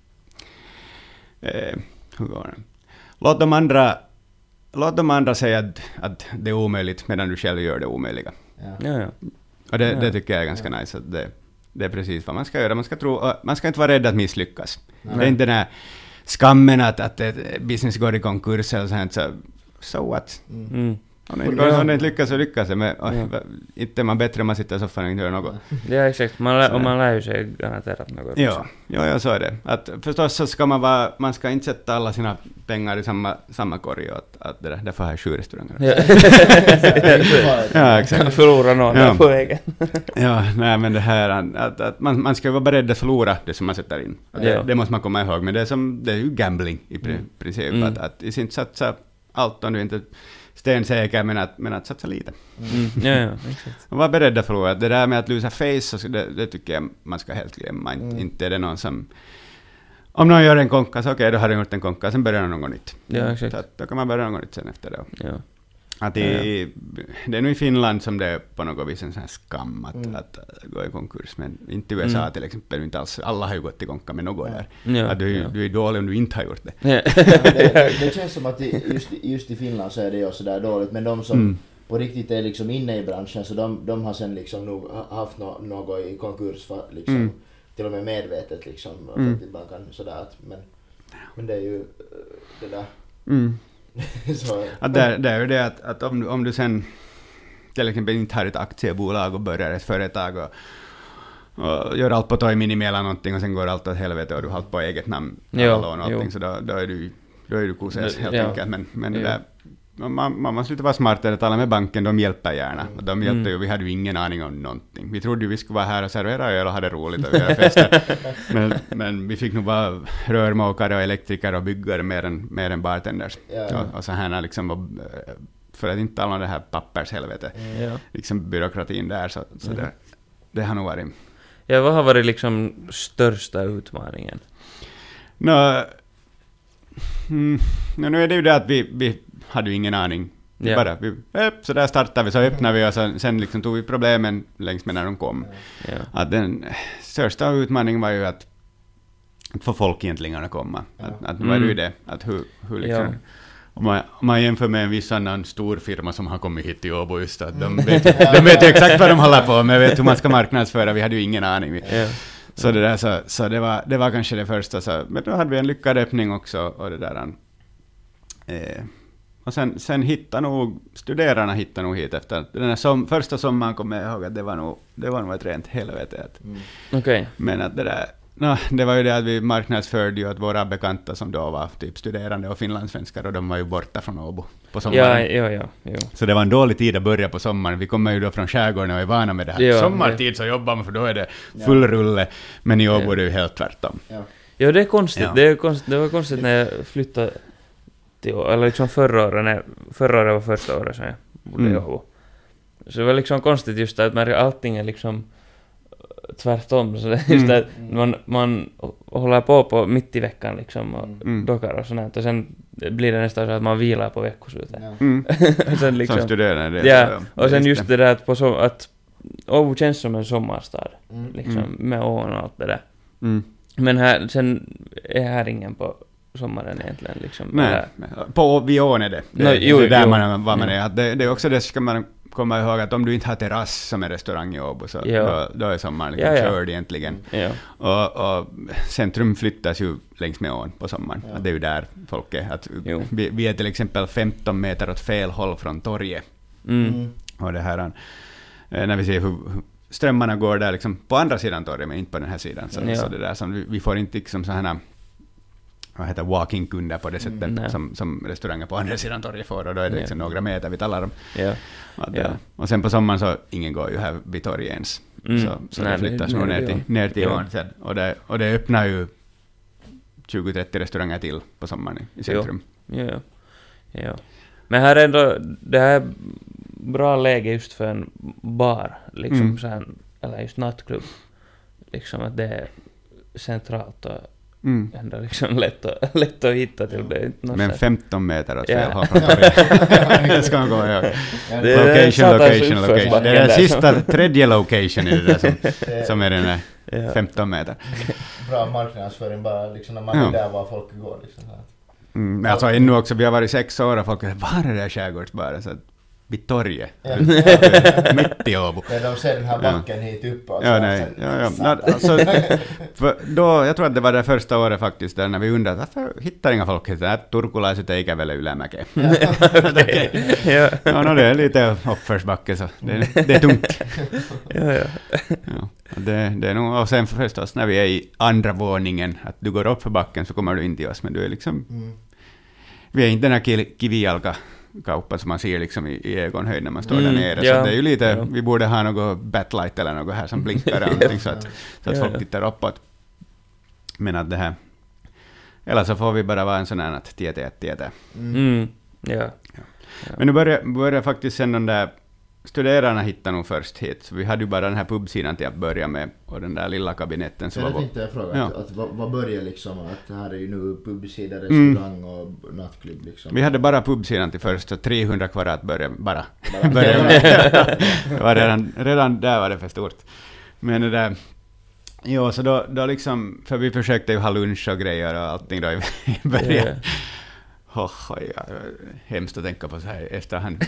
äh, hur går det? Låt de andra, låt de andra säga att, att det är omöjligt, medan du själv gör det omöjliga. Ja. Ja, ja. Och det, ja. det tycker jag är ganska ja. nice. Att det, det är precis vad man ska göra. Man ska, tro, man ska inte vara rädd att misslyckas. Nej. Det är inte den här skammen att, att business går i konkurs eller sånt. Så, so what? Mm. Om det inte, om det inte lyckas så lyckas det. Men ja. inte är man bättre om man sitter i soffan och inte gör något. Ja, exakt. Man lär, och man lär ju sig garanterat något. Ja, ja, ja, så är det. Att, förstås så ska man vara, man ska inte sätta alla sina pengar i samma, samma korg. Och att, att det där, därför har jag sju restauranger. Ja, ja exakt. Kan förlora någon ja. på vägen. Ja, nej, men det här, att, att man, man ska vara beredd att förlora det som man sätter in. Det, ja. det måste man komma ihåg. Men det är, som, det är ju gambling i princip. Mm. Att, att i sin satsa allt om du inte stensäker, men att, men att satsa lite. Mm. Ja, ja, exakt. Och var beredd att förlora. Det där med att lösa face, så det, det tycker jag man ska helt glömma. Mm. Inte är det någon som... Om någon gör en konka, så okej, okay, då har den gjort en konka, sen börjar något nytt. Ja, exakt. Så då kan man börja något nytt sen efter det. Ja. Att i, ja, ja. Det är nog i Finland som det är på något vis en sån här skam att, mm. att, att gå i konkurs. Men inte i U S A mm. till exempel. Inte alls, alla har ju gått i konka med något där. Ja, att du, ja. du är dålig om du inte har gjort det. Ja. det, det känns som att just, just i Finland så är det ju så där dåligt. Men de som mm. på riktigt är liksom inne i branschen, så de, de har sen liksom nog haft no, något i konkurs för, liksom, mm. till och med medvetet liksom. Mm. För att man kan sådär att, men, men det är ju det där. Mm. Så. Att det, det är ju det att, att om, du, om du sen till exempel inte har ett aktiebolag och börjar ett företag och, och gör allt på toj minimera någonting och sen går allt åt helvete och du har allt på eget namn Jo, och allting, jo. så då, då är du då är du koses helt Ja. enkelt. Men, men det Jo. där, man, man måste lite vara smartare, tala med banken, de hjälper gärna. Och de hjälpte Mm. ju, vi hade ju ingen aning om någonting. Vi trodde ju vi skulle vara här och servera öl och ha det roligt och göra fester. men, men vi fick nog vara rörmokare och elektriker och byggare mer än, mer än bartenders. Ja. Och, och så här liksom, och, för att inte tala om det här pappershelvetet. Ja. Liksom byråkratin där, så, så Mm. det, det har nog varit... Ja, vad har varit liksom största utmaningen? Nå, mm, nå, nu är det ju det att vi, vi hade ju ingen aning. Vi Ja. bara, vi, äh, så där startade vi, så öppnade vi och sen, sen liksom tog vi problemen längs med när de kom. Ja. Att den största utmaningen var ju att, att få folk egentligen att komma. Ja. Att, att nu var det ju Mm. det, att hur, hur liksom... Ja. Om man, om man jämför med en viss annan stor firma som har kommit hit till Åbo just att de vet, de vet ju exakt vad de håller på med, vet hur man ska marknadsföra, vi hade ju ingen aning. Vi, Ja. Så det där, så, så det var, det var kanske det första, så, men då hade vi en lyckad öppning också och det där. Eh, och sen, sen hittade nog, studerarna hittade nog hit efter, den här som, första sommaren kom jag ihåg att det var nog, det var nog ett rent helvete. Att, Mm. Okej. men att det där, no, det var ju det att vi marknadsförde ju att våra bekanta som då var typ studerande och finlandssvenskar och de var ju borta från Åbo på sommaren. Ja, ja, ja. Jo. Så det var en dålig tid att börja på sommaren. Vi kommer ju då från skärgården och är vana med det här. Ja, Sommartid så jobbar man för då är det full rulle. Men i Åbo Ja. är det ju helt tvärtom. Ja. Ja, det är konstigt. Ja. Det, är konst, det var konstigt när jag flyttade till Åbo, eller liksom förra året, när, förra året var första året som jag bodde i Mm. Åbo. Så det var liksom konstigt just att man, allting är liksom tvärtom. Så det är just Mm. att man, man håller på på mitt i veckan liksom och Mm. dockar och sånt. Och sen blir det nästan så att man vilar på veckoslutet. Ja. Mm. och sen liksom, Som studerande. Det, ja, så, och sen visst just det där att, på så, att Åbo känns som en sommarstad. Mm. Liksom, Mm. med ån och allt det där. Mm. Men här, sen är här ingen på sommaren egentligen liksom. Nej, Eller- på Vion är det. Det, No, det jo, är där jo. man, var man Mm. är. Att Det, det är också det ska man komma ihåg att om du inte har terrass som är restaurang i Åbo så Ja. då, då är sommaren liksom Ja, ja. körd egentligen. Ja. Och, och centrum flyttas ju längs med ån på sommaren. Ja. Att det är ju där folk är. Att Jo. vi, vi är till exempel femton meter åt fel håll från torget. Mm. Mm. Och det här, eh, när vi ser hur hur strömmarna går där liksom på andra sidan torget, men inte på den här sidan. Så, Ja. så det där, som vi, vi får inte liksom sådana vad heter walking-kunder på det sättet Mm, nej. som, som restauranger på andra sidan torget får. Och då är det Ja. liksom några meter vi talar om. Ja. Att, Ja. eh, Och sen på sommaren så ingen går ju här vid torget ens. Mm. Så, så Nej, det flyttas det- nog nej, ner till, ja. ner till Ja. ån sen. Och det, och det öppnar ju tjugo trettio restauranger till på sommaren i, i centrum. Ja, ja. Ja. Men här är ändå, det här är bra läge just för en bar, liksom Mm. så här, eller just nattklubb. Liksom att det är centralt och Mm. ändå liksom lätt att, lätt att hitta till det. är inte något Men så här- femton meter åt fel Ja. håll från torget. Det ska man gå ihåg. Ja, Det är Location, satans location, location. uppförsbacke Det är den där sista, tredje location i det där som, det som är den där Ja. femton meter. bra marknadsföring bara liksom när man Ja. är där var folk går liksom. Så här. Mm, men alltså ännu också, vi har varit sex år och folk är var är det där skärgårdsbaren? Så att, vid torget. Ja. Mitt i Åbo. När de ser den här Ja. backen hit uppe och Ja, så nej. sen- Ja, ja. Satan. Nå, alltså, för då, jag tror att det var det första året faktiskt där när vi undrade varför hittar inga folk hit? Att turkulaiset är ikävälle ylämäkeä. ja. Ja, no, det är lite uppförsbacke så det, är- det är tungt. Ja, ja. Ja, och det, det är nog, och sen förstås när vi är i andra våningen, att du går upp för backen så kommer du in till oss, men du är liksom, Mm. vi är inte den här ki- kivijalka-kaupan som man ser liksom i, i ögonhöjd när man står Mm, där nere, ja, så det är ju lite, ja. vi borde ha något backlight eller något här som blinkar eller någonting så att, så att Ja, folk ja. tittar uppåt. Men att det här, eller så får vi bara vara en sån här att tieta, tieta. Mm. Mm. Ja. Men nu börjar, börjar faktiskt sen de där studerarna hitta nog först hit. Så vi hade ju bara den här pubsidan till att börja med och den där lilla kabinetten. Så som det var tänkte jag fråga, Ja. att, att vad, vad börjar liksom, att det här är ju nu pubsida, Mm. restaurang och nattklubb liksom. Vi hade bara pubsidan till först, så trehundra kvadrat började bara. Bara- började med. Det var redan, redan där var det för stort. Men det där, jo, så då, då liksom, för vi försökte ju ha lunch och grejer och allting då i i början. Ja. Oh, ja, hemskt att tänka på så här i efterhand.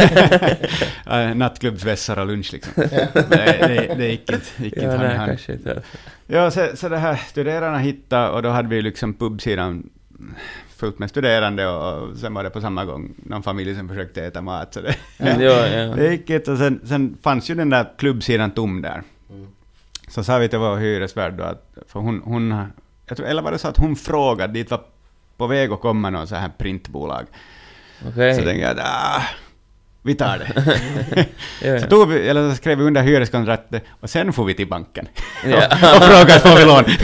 Men, nattklubbsvässar och lunch liksom. Men det, det, det gick inte, gick Ja, inte hand i nej, hand. kanske inte. Ja, så, så det här studerarna hittade och då hade vi liksom pubsidan fullt med studerande och sen var det på samma gång någon familj som försökte äta mat. Så det, Ja, ja. det gick inte. Och sen, sen fanns ju den där klubbsidan tom där. Mm. Så sa vi till vår hyresvärd då att, för hon, hon jag tror, eller var det så att hon frågade, dit var på väg att komma någon så här printbolag. Okej. Så tänkte jag att ah, vi tar det. Ja, Så ja. tog vi, eller så skrev vi under hyreskontraktet och sen får vi till banken. Ja. och frågade får vi lån.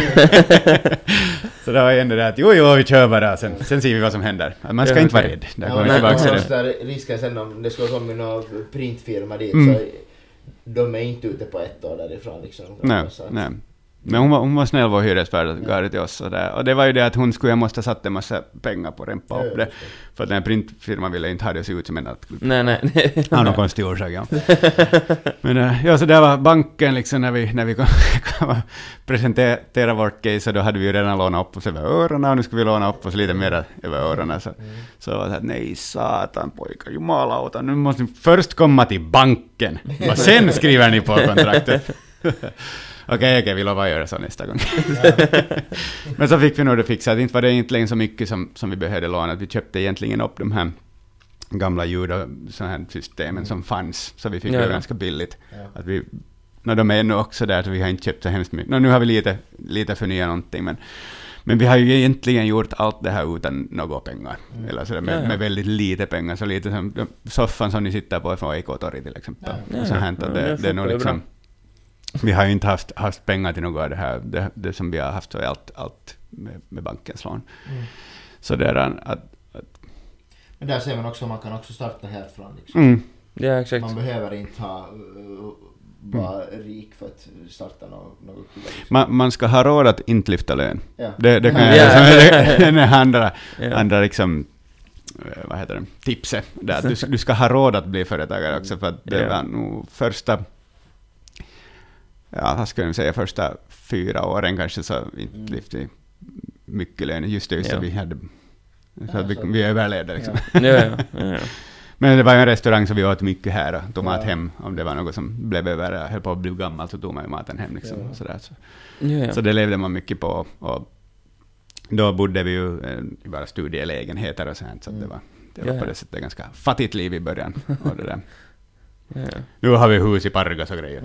Så det var ändå det att jo, jo, vi kör bara. Sen, sen ser vi vad som händer. Att man ska Ja, inte vara okej. rädd. Där Ja, kommer vi men tillbaka till också det. där risken sen om det skulle komma någon printfirma dit Mm. så de är inte ute på ett år därifrån liksom. Nej, Så att- nej. Men hon var, hon var snäll, vår hyresvärd, och gav det till oss. Och det, och det var ju det att hon skulle måste satt en massa pengar på att rempa Ja, upp det. just det. För att den här printfirman ville inte ha det att se ut som en nattklubb. Nej, nej. nej. Av någon konstig orsak, ja. Men äh, ja, så det var banken liksom när vi, när vi kom, kom och presenterade vårt case, och då hade vi ju redan lånat upp oss över öronen och nu skulle vi låna upp oss lite mer över öronen. Så, mm. så var det här, nej satan pojkar, jumalauta, nu måste ni först komma till banken och sen skriver ni på kontraktet. Okej, okay, okay, vi lovar att göra så nästa gång. Men så fick vi nog det fixat. Inte var det egentligen så mycket som, som vi behövde låna. Vi köpte egentligen upp de här gamla ljud och sådana här systemen mm. som fanns. Så vi fick ja, det ja. ganska billigt. Ja. Att vi, no, de är nu också där, så vi har inte köpt så hemskt mycket. No, nu har vi lite, lite förnyat någonting, men, men vi har ju egentligen gjort allt det här utan några pengar. Mm. Eller så där, med, ja, ja. med väldigt lite pengar. Så lite som soffan som ni sitter på från Ekotorg till exempel. Ja. Och så här, ja, det, det, det är nog liksom... Vi har ju inte haft, haft pengar till något av det här. Det, det som vi har haft så är allt, allt med, med bankens lån. Mm. Så det är att, att... Men där ser man också att man kan också starta helt från. Liksom. Mm. Ja, exakt. Man behöver inte ha uh, vara mm. rik för att starta något. något liksom. man, man ska ha råd att inte lyfta lön. Ja. Det, det kan ja. jag säga. Det är andra, ja. andra liksom... Vad heter det? Tipset. Där. Du, du ska ha råd att bli företagare också. För att det ja. var nog första... Ja, vad ska jag säga, första fyra åren kanske så inte mm. lyfte vi mycket lön. Just det, just ja. vi hade så att vi, vi överlevde liksom. Ja. Ja, ja, ja. Men det var ju en restaurang som vi åt mycket här och tog mat ja. hem. Om det var något som blev över, höll på att bli gammalt, så tog man ju maten hem liksom. Ja. Och sådär, så. Ja, ja. Så det levde man mycket på. Och då bodde vi ju i bara studielägenheter och sånt, så mm. det var, det var ja, på det sättet ganska fattigt liv i början. Och det där. Ja. Nu har vi hus i Pargas och grejer.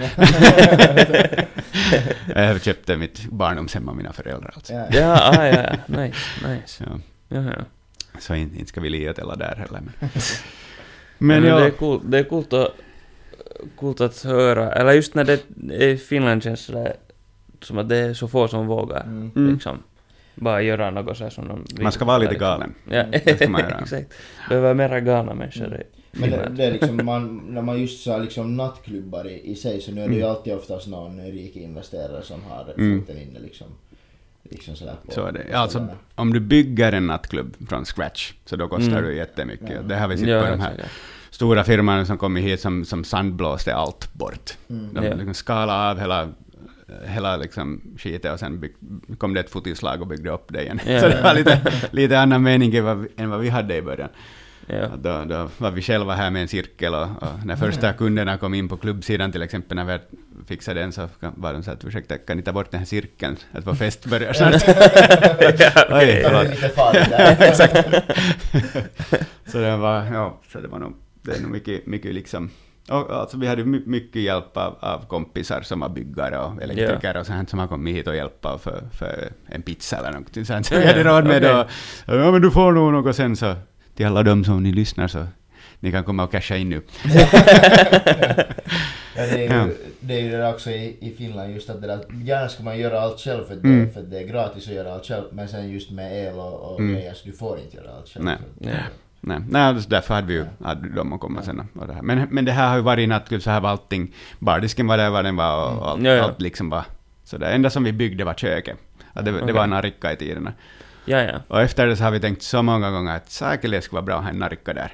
Jag köpte mitt barndomshem av mina föräldrar. Alltså. Ja, ja, ja. Nice, nice. Ja. Ja, ja. Så inte, inte ska vi liotella där heller. Men, men, men ja, ja. det är coolt, det är coolt att, coolt att höra. Eller just när det i Finland känns det som att det är så få som vågar. Mm. Liksom. Bara göra något så här som de vill. Man ska vara lite liksom. galen. Ja, det ska man göra. Exakt. Behöver mera galna människor. Mm. Men det, det är liksom, man, när man just sa liksom nattklubbar i, i sig, så nu är det ju alltid oftast någon rik investerare som har mm. foten inne liksom. Liksom sådär på, så är det. Alltså, om du bygger en nattklubb från scratch, så då kostar mm. det jättemycket. Ja. Det har vi sett ja, på de här säkert. Stora firmorna som kom hit som, som sandblåste allt bort. Mm. De ja. liksom skalade av hela hela liksom skitet och sen bygg, kom det ett fotislag och byggde upp det igen. Ja, så det var lite, lite annan mening än vad, än vad vi hade i början. Ja. Då, då var vi själva här med en cirkel och, och när första kunderna kom in på klubbsidan till exempel, när vi fixade den, så var de så att ursäkta, kan ni ta bort den här cirkeln? Att vår fest börjar snart. Ja, okay. Det är lite farligt där. Exakt. Så det var, ja, så det var nog, det är nog mycket, mycket liksom. Och, alltså, vi hade mycket hjälp av, av kompisar som var byggare och elektriker yeah. och sånt som har kommit hit och hjälpa för, för en pizza eller något sånt. Så vi hade råd med okay. då, ja men du får nog något sen, så till alla de som ni lyssnar, så ni kan komma och casha in nu. Ja, det, är ju, ja. det är ju det också i, i Finland, just att det där, gärna ska man göra allt själv för, mm. det, för det är gratis att göra allt själv, men sen just med el och, och mm. grejer, så du får inte göra allt själv. Nej. Så, ja. Nej, nej, därför hade vi ju hade de att komma ja. sen. Och det här. Men, men det här har ju varit nattklubb, så här var allting, bardisken var där vad den var och allt, mm. ja, ja. allt liksom var. Så det enda som vi byggde var köket. Att det, okay. det var en arika i tiderna. Ja, ja. Och efter det så har vi tänkt så många gånger att säkert skulle vara bra att ha en narka där.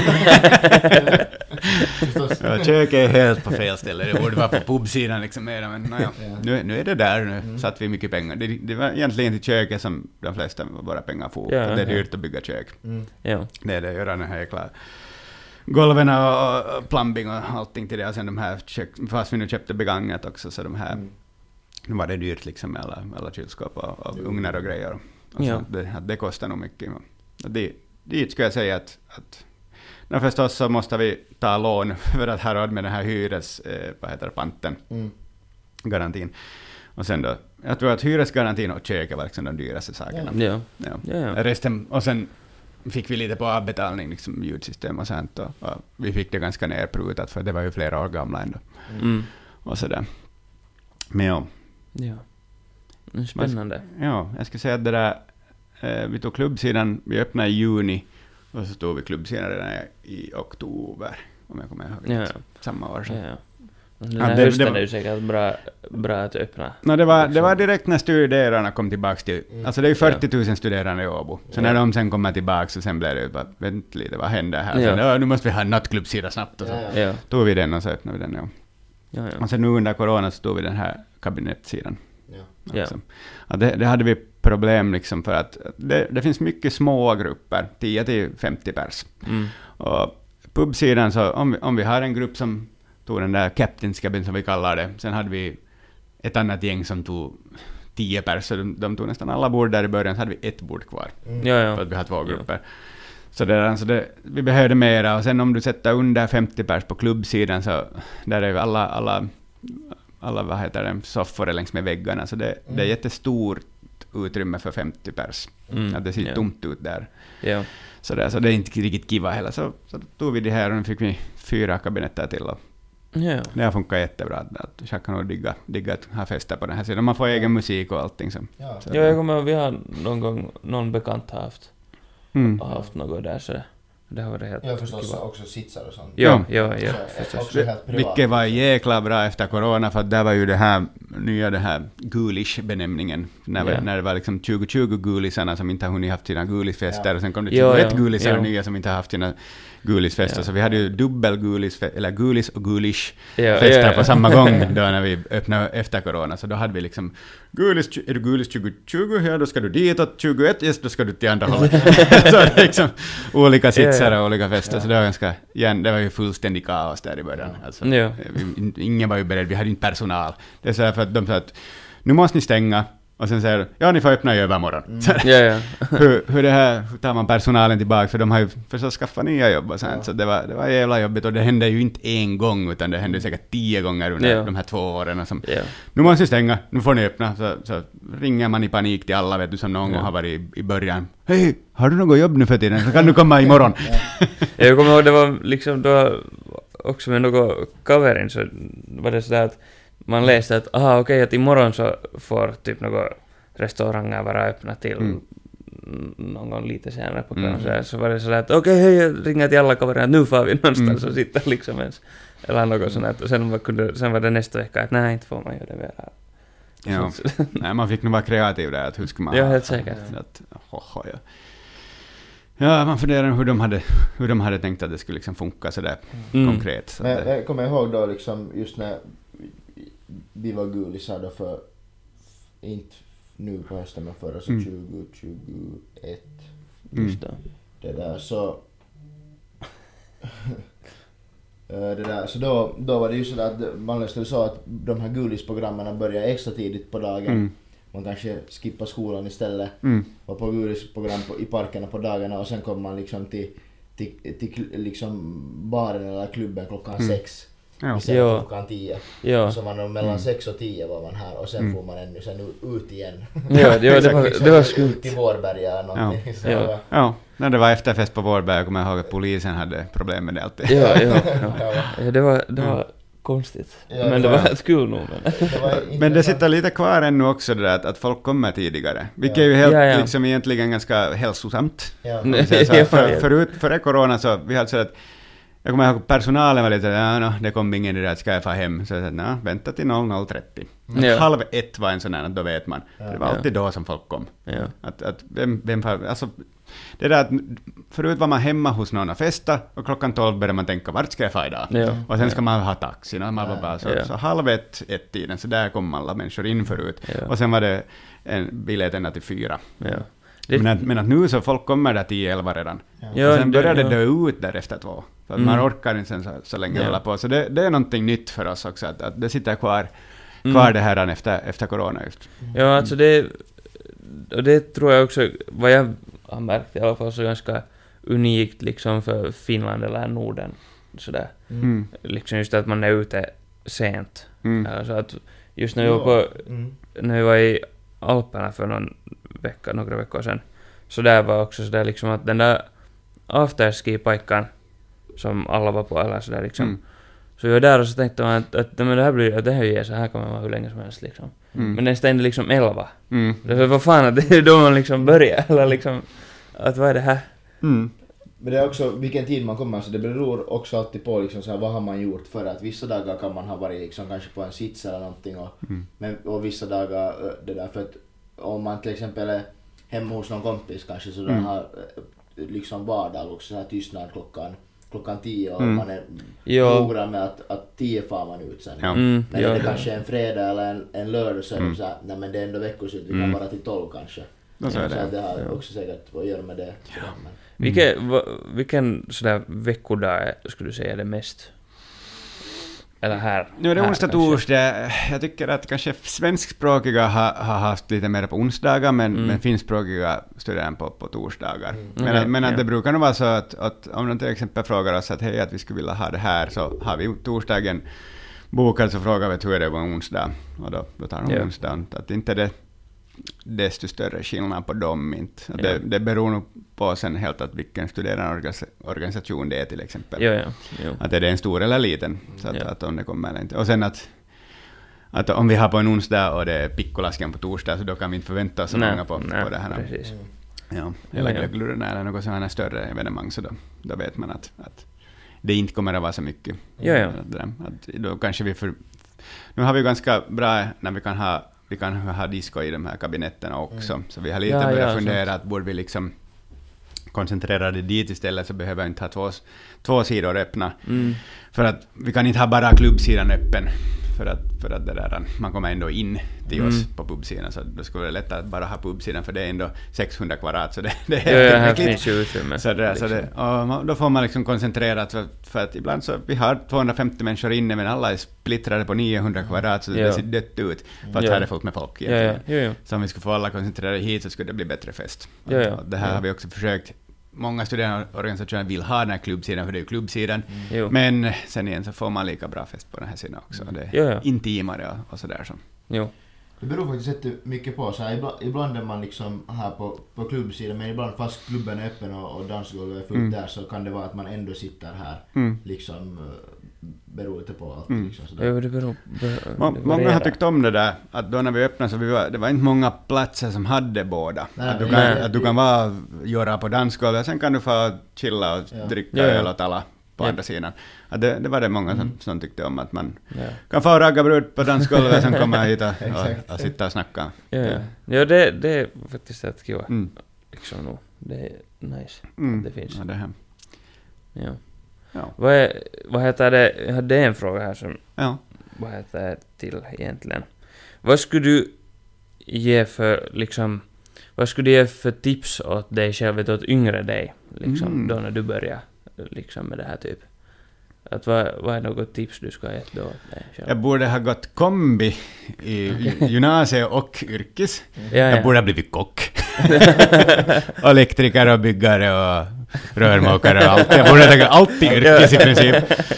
Ja, köket är helt på fel ställe. Det borde vara på pubsidan liksom mera, men naja, Ja. nu, nu är det där. Nu Mm. satt vi mycket pengar. Det, det var egentligen till köket som de flesta av våra pengar får. Ja, för det är ja. dyrt att bygga kök. Mm. Ja. Det är det, göra den här jäkla golven och, och plumbing och allting till det. Och sen de här kök, fast vi nu köpte begagnat också, så de här, Mm. nu var det dyrt liksom med alla, alla kylskåp och, och Jo. ugnar och grejer. Och Ja. så det, att det kostar nog mycket. Och det, dit skulle jag säga att, att no, förstås så måste vi ta lån för att ha råd med den här hyres, eh, vad heter det, panten, Mm. garantin. Och sen då, jag tror att hyresgarantin och köket var liksom de dyraste sakerna. Ja. Ja. Ja, ja. Resten, och sen fick vi lite på avbetalning, liksom ljudsystem och sånt. Och, och vi fick det ganska nerprutat, för det var ju flera år gamla ändå. Mm. Och sådär. Men ja, Ja. Mm, Spännande. ja, jag skulle säga att det där, eh, vi tog klubbsidan, vi öppnade i juni, och så tog vi klubbsidan redan i, i oktober, om jag kommer ihåg Ja, rätt. ja. Samma år. Så. Ja, ja. Den Ja, här det- hösten det var- är ju säkert bra, bra att öppna. No, det, var, det var direkt när studerarna kom tillbaka till... Mm. Alltså det är ju fyrtio tusen studerande i Åbo. Så Ja. när de sen kommer tillbaka så sen blev det ju bara, vänta lite, vad händer här? Ja. Sen, ja, nu måste vi ha en nattklubbsida snabbt. Och så Ja, ja. Ja. tog vi den och så öppnade vi den. Ja. Ja, ja. Och sen nu under corona så tog vi den här kabinettsidan. Ja. Ja. Också. Ja, det, det hade vi problem liksom för att det, det finns mycket små grupper, tio till femtio pers. Mm. Och pubsidan, så om vi, om vi har en grupp som tog den där Captain's Cabin som vi kallar det, sen hade vi ett annat gäng som tog tio pers, så de, de tog nästan alla bord där i början, så hade vi ett bord kvar, Mm. Ja, för ja. att vi har två grupper. Så, det, där, så det, vi behövde mera, och sen om du sätter under femtio pers på klubbsidan, så där är ju alla, alla, alla vad heter det, soffor längs med väggarna, så det, det är Mm. jättestort utrymme för femtio pers. Mm. Att det ser Ja. tomt ut där. Ja. Så, där, så det är inte riktigt kiva heller. Så, så tog vi det här och nu fick vi fyra kabinetter till. Och Ja. det har funkat jättebra. Att jag kan nog digga, digga att ha fester på den här sidan. Man får egen musik och allting. Så. Ja. Så- Ja, jag kommer ihåg, vi har någon gång, någon bekant har haft, Mm. har haft något där, så det har varit helt Ja, förstås kiva. också sitsar och sånt. Ja, ja, ja, Så, förstås. också helt privat. Vilket var jäkla bra efter corona, för att där var ju det här nya, det här Ghoulish-benämningen. När, Ja. när det var liksom tjugo tjugo gulisarna som inte har hunnit haft sina gulisfester, Ja. och sen kom det Ja, tjugoett ja, gulisar ja. nya som inte har haft sina gulisfester. Ja. Så vi hade ju dubbel gulis, eller gulis och gulish Ja, fester ja, ja. på samma gång då när vi öppnade efter corona. Så då hade vi liksom gulis, är du gulis tjugo tjugo, ja då ska du ditåt, tjugoett, yes, då ska du till andra hållet. Så liksom olika sitsar och olika fester, Ja. så det var ganska, ja, det var ju fullständig kaos där i början. Ja. Alltså, Ja. vi, ingen var ju beredd, vi hade inte personal. Det är så här för att de sa att nu måste ni stänga, och sen säger de, ja ni får öppna i övermorgon. Mm. Så, Ja, ja. hur, hur det här, hur tar man personalen tillbaka, för de har ju förstås skaffat nya jobb och sånt, Ja. så det var, det var jävla jobbigt, och det hände ju inte en gång, utan det hände säkert tio gånger under Ja. de här två åren. Som, Ja. nu måste ni stänga, nu får ni öppna, så, så ringer man i panik till alla, vet du, som någon Ja. gång har varit i, i början. Hej, har du något jobb nu för tiden, så kan du komma imorgon. Jag kommer ihåg, det var liksom då också med något coverin, så var det sådär att man läste att aha, okej, att imorgon så får typ några restauranger vara öppna till Mm. någon gång lite senare på kvällen. Mm. Så, här, så var det sådär att okej, hej, jag ringer till alla coverina att nu får vi någonstans Mm. och sitta liksom ens. Eller något sånt här. Och sen var, kunde, sen var det nästa vecka att nej, inte får man göra det mer här. Ja. Så, Nej, man fick nog vara kreativ där, att hur ska man Ja, ha- helt säkert. Att, ho, ho, ja. ja, man funderar hur de hade, hur de hade tänkt att det skulle liksom funka sådär Mm. konkret. Så Men att det, jag kommer ihåg då liksom just när vi var gulisar då för, inte nu på hösten men förra, så Mm. tjugo tjugoett. just det. Det där så... Eh, det där, så då, då var det ju så att man löste det så att de här gulisprogrammen började extra tidigt på dagen. mm, Man kanske skippar skolan istället, mm, var på gulisprogram på, i parkerna på dagarna, och sen kom man liksom till, till, till, kl- liksom baren eller klubben klockan Mm. sex. ja. Istället för Ja. klockan tio. Ja. Så man mellan Mm. sex och tio var man här, och sen Mm. får man ännu sen u- ut igen. Ja, ja, det var, Liksom det var ut skumt. till Vårberga eller någonting. Så Ja. det var- Ja, när det var efterfest på Vårberg, jag kommer ihåg att polisen hade problem med det alltid. Ja, ja, Ja. ja. ja det var, det var konstigt. Ja, men det det var- var helt kul nog. Men. det var Men det intressant. sitter lite kvar ännu också det där att, att folk kommer tidigare. Vilket Ja. är ju helt Ja, ja. liksom egentligen ganska hälsosamt. Ja. Om vi säger så här, Ja, för, ja. förut, före corona så vi hade så att jag kommer ihåg personalen var lite, ja, no, det kom ingen idé att ska jag få hem. Så jag sa, nej, vänta till noll noll trettio. Mm. Ja. Halv ett var en sån här, då vet man. Ja. Det var alltid då som folk kom. Ja. Att, att vem, vem får, alltså, det där att förut var man hemma hos någon och festa och klockan tolv började man tänka, vart ska jag få idag? Ja. Och sen ska man ha taxi. Man var bara, så, Ja. så halv ett, ett tiden, så där kom alla människor in förut. Ja. Och sen var det en biljett ända till fyra. Ja. Det, Men, att, men att nu så folk kommer där tio elva redan. Ja, och sen det- börjar det ja. dö ut där efter två. För att Mm. man orkar inte sen så, så länge Ja. hålla på. Så det, det är någonting nytt för oss också, att, att det sitter kvar, kvar Mm. det här efter, efter corona just. Ja, alltså det, och det tror jag också, vad jag har märkt i alla fall, så ganska unikt liksom för Finland eller Norden. Sådär. Mm. Liksom just att man är ute sent. Mm. Alltså att just när vi var på, Mm. när vi var i Alperna för någon vecka, några veckor sedan, så där var också sådär liksom att den där afterski-paikan som alla var på, eller sådär liksom, Mm. så vi var där och så tänkte man att, att, men det här blir, att det här är så här kan man vara hur länge som helst liksom. Mm. Men den stängde liksom elva. Mm. Det var vad fan, att det är då man liksom börjar, eller liksom, att vad är det här? Mm. Men det är också vilken tid man kommer, så det beror också alltid på liksom så här, vad har man gjort, för att vissa dagar kan man ha varit liksom kanske på en sits eller någonting och, Mm. men, och vissa dagar ö, det där, för att om man till exempel är hemma hos någon kompis kanske, så Mm. den har ö, liksom vardag också, så här tystnad klockan klockan tio och Mm. man är Jo. noggrann med att, att tio far man ut sen. Ja. Mm, Men ja, är det ja. kanske en fredag eller en, en lördag, så är Mm. det så här, nej men det är ändå veckoslut, vi Mm. kan vara till tolv kanske. Och så är Så att det. det har Ja. också säkert att göra med det. Ja. Men, Vilken, va, vilken sådär veckodag är- skulle du säga är det mest? Eller här? Nu är det här onsdag, kanske. torsdag. Jag tycker att kanske svenskspråkiga har, har haft lite mer på onsdagar, men, Mm. men finskspråkiga studerar på, på torsdagar. Mm. Men, Okej, att, men att ja. det brukar nog vara så att, att om de till exempel frågar oss att hej, att vi skulle vilja ha det här, så har vi torsdagen bokad, så frågar vi hur är det på onsdag, och då, då tar de Ja. onsdagen. Att inte det desto större skillnad på dem inte. Att Ja. det, det beror nog på sen helt att vilken studerande organisation det är till exempel. Jo, ja. Jo. Att är det en stor eller liten, så att, Ja. att om det kommer eller inte. Och sen att, att om vi har på en onsdag och det är pikkolasken på torsdag, så då kan vi inte förvänta oss så Nej, många på, nej, på det här. precis. Ja, Ja, eller ja. glöggluren eller något sådant här större evenemang, så då, då vet man att, att det inte kommer att vara så mycket. Ja, ja. Att, det där- att då kanske vi för, nu har vi ganska bra när vi kan ha, vi kan ha disco i de här kabinetterna också, Mm. så vi har lite Ja, börjat ja, fundera att borde vi liksom koncentrera det dit istället, så behöver vi inte ha två, två sidor öppna. Mm. För att vi kan inte ha bara klubbsidan öppen, för att, för att det där, man kommer ändå in till oss Mm. på pubsidan, så då skulle det vara lättare att bara ha pubsidan, för det är ändå sexhundra kvadrat, så det, det Ja, är ja, här tillräckligt. finns ju utrymme. Så, det, så det, och man- då får man liksom koncentrera, för, för att ibland så, vi har tvåhundrafemtio människor inne, men alla är splittrade på niohundra kvadrat, så Ja. det ser dött ut, för att Ja. här är fullt med folk Ja, ja, egentligen. jo, jo. Så om vi skulle få alla koncentrerade hit, så skulle det bli bättre fest. Ja, ja. Och det här Ja. har vi också försökt. Många studentorganisationer vill ha den här klubbsidan, för det är ju klubbsidan. Jo. Men sen igen så får man lika bra fest på den här sidan också. Det är Ja, ja. intimare och, och sådär. Så. Jo. det beror faktiskt jättemycket på. Så här, ibland, ibland är man liksom här på, på klubbsidan, men ibland fast klubben är öppen och, och dansgolvet är fullt Mm. där, så kan det vara att man ändå sitter här. Mm. Liksom eh, beror det på allt. Mm. Liksom, sådär. Jo, det beror... beror Må, det många har varierar. tyckt om det där, att då när vi öppnade så vi var, det var inte många platser som hade båda. Nej, att, du nej, kan, nej. att du kan vara göra på dansgolvet, sen kan du få chilla och Ja. dricka Ja, ja. öl och tala på Ja. andra sidan. Att det, det var det många som, Mm. som tyckte om, att man Ja. kan få ragga brud på dansgolvet, sen komma hit och, Exakt. och, och sitta och snacka. Ja, ja. Ja, det, det är faktiskt rätt kiva. Mm. Liksom nog. Det är nice. Mm. Det finns. Ja, det här. Ja. Ja. Vad, är, vad heter det? Jag hade en fråga här som... Ja. Vad heter det till egentligen? Vad skulle du ge för, liksom... Vad skulle du ge för tips åt dig själv, vet du, åt yngre dig? Liksom, Mm. då när du börjar liksom med det här typ. Att vad, vad är något tips du ska ge då åt dig själv? Jag borde ha gått kombi i gymnasiet och yrkes. Ja, ja. Jag borde ha blivit kock. Och elektriker och byggare och rörmokare och allt. Jag borde ha tagit allt i yrkes i princip.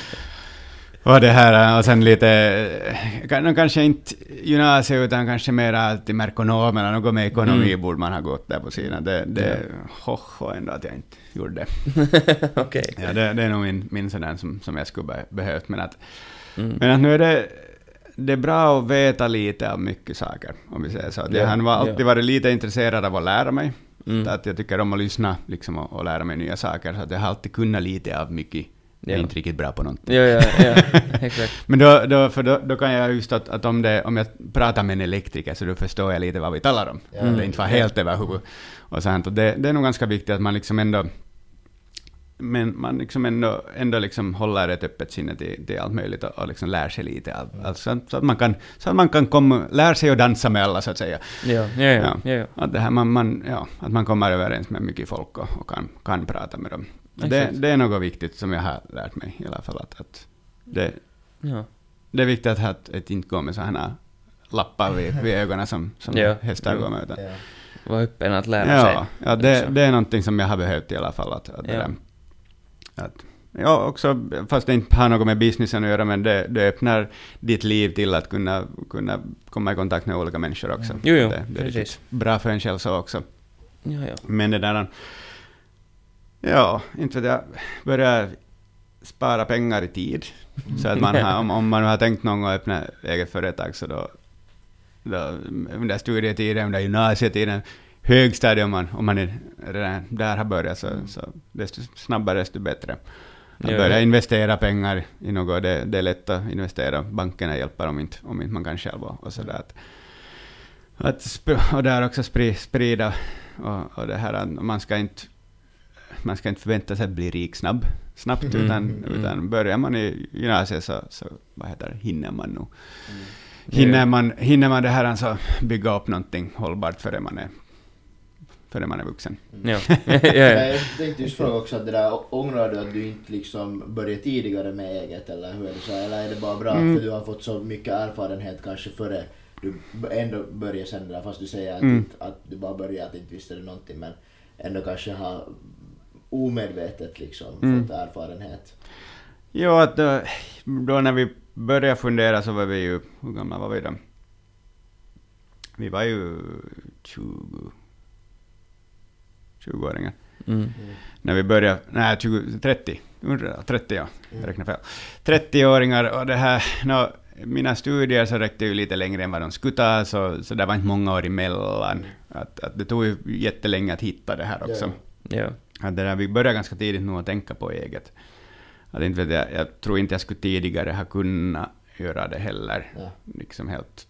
Och det här, och sen lite, kan- kanske inte gymnasiet utan kanske mer till merkonom eller något med ekonomi Mm. borde man ha gått där på sidan. Det, det hoho ändå att jag inte gjorde det. Okej. Ja, det, det är nog min, min sån där som, som jag skulle be, behövt. Men att, Mm. men att nu är det, det är bra att veta lite av mycket saker, om vi säger så. Att jag Ja, har alltid ja. varit lite intresserad av att lära mig. Mm. Att jag tycker om att lyssna liksom, och, och lära mig nya saker. Så att jag har alltid kunnat lite av mycket, Jag är inte riktigt bra på någonting. Ja, ja, ja, exakt. Men då, då, för då, då kan jag just att, att om, det, om jag pratar med en elektriker så då förstår jag lite vad vi talar om. Mm. Det inte var helt över huvudet. Och, sånt. Och det, det är nog ganska viktigt att man liksom ändå men man liksom ändå, ändå liksom håller ett öppet sinne till, till allt möjligt och, och liksom lär sig lite. All, mm. alltså, så att man kan, så att man kan komma, lära sig att dansa med alla så att säga. Ja, ja, ja. ja. ja. Att, det här, man, man, ja, att man kommer överens med mycket folk och, och kan, kan prata med dem. Det, det är något viktigt som jag har lärt mig i alla fall. Att, att det, ja. det är viktigt att, att, att inte gå med sådana lappar vid, vid ögonen som, som ja. hästar går med. Utan, ja. Var öppen att lära ja, sig. Ja, det, det är någonting som jag har behövt i alla fall. Att, att, ja. det, att, ja, också, fast det inte har något med businessen att göra, men det, det öppnar ditt liv till att kunna, kunna komma i kontakt med olika människor också. Jo, jo, det, det är precis. Bra för en själv så också. Ja, ja. Men det där, ja, inte vet jag, börja spara pengar i tid. Så att man har, om, om man har tänkt någon gång att öppna eget företag så då, då under studietiden, under gymnasietiden, högstadiet om man, om man är redan där har börjat så, så desto snabbare desto bättre. Att börja ja. investera pengar i något, det, det är lätt att investera. Bankerna hjälper om inte, om inte man kan själv och, och sådär. Att, att sp- och där också spri, sprida och, och det här att man ska inte man ska inte förvänta sig att bli rik snabb, snabbt, mm, utan, mm. utan börjar man i gymnasiet så, så vad heter det, hinner man nog. Mm. Hinner, man, hinner man det här så bygga upp någonting hållbart före man är, före man är vuxen. Mm. Ja. ja, ja. Jag tänkte just fråga också att det där, ångrar du att du inte liksom började tidigare med eget, eller hur är det så? Eller är det bara bra mm. för du har fått så mycket erfarenhet kanske före du ändå börjar sen där, fast du säger att, mm. inte, att du bara började att inte visste du någonting, men ändå kanske har omedvetet liksom mm. fått erfarenhet. Jo, att då, då när vi började fundera så var vi ju, hur gamla var vi då? Vi var ju tjugo, tjugo-åringar. Mm. Mm. När vi började, nej, tjugo, trettio, trettio ja, jag räknar fel. trettio-åringar och det här, no, mina studier så räckte ju lite längre än vad de skulle ta, så, så det var inte många år emellan. Att, att det tog ju jättelänge att hitta det här också. Ja. Yeah. Att det där, vi började ganska tidigt nu att tänka på eget. Att inte vet jag, jag tror inte jag skulle tidigare ha kunnat göra det heller. Ja. Liksom helt...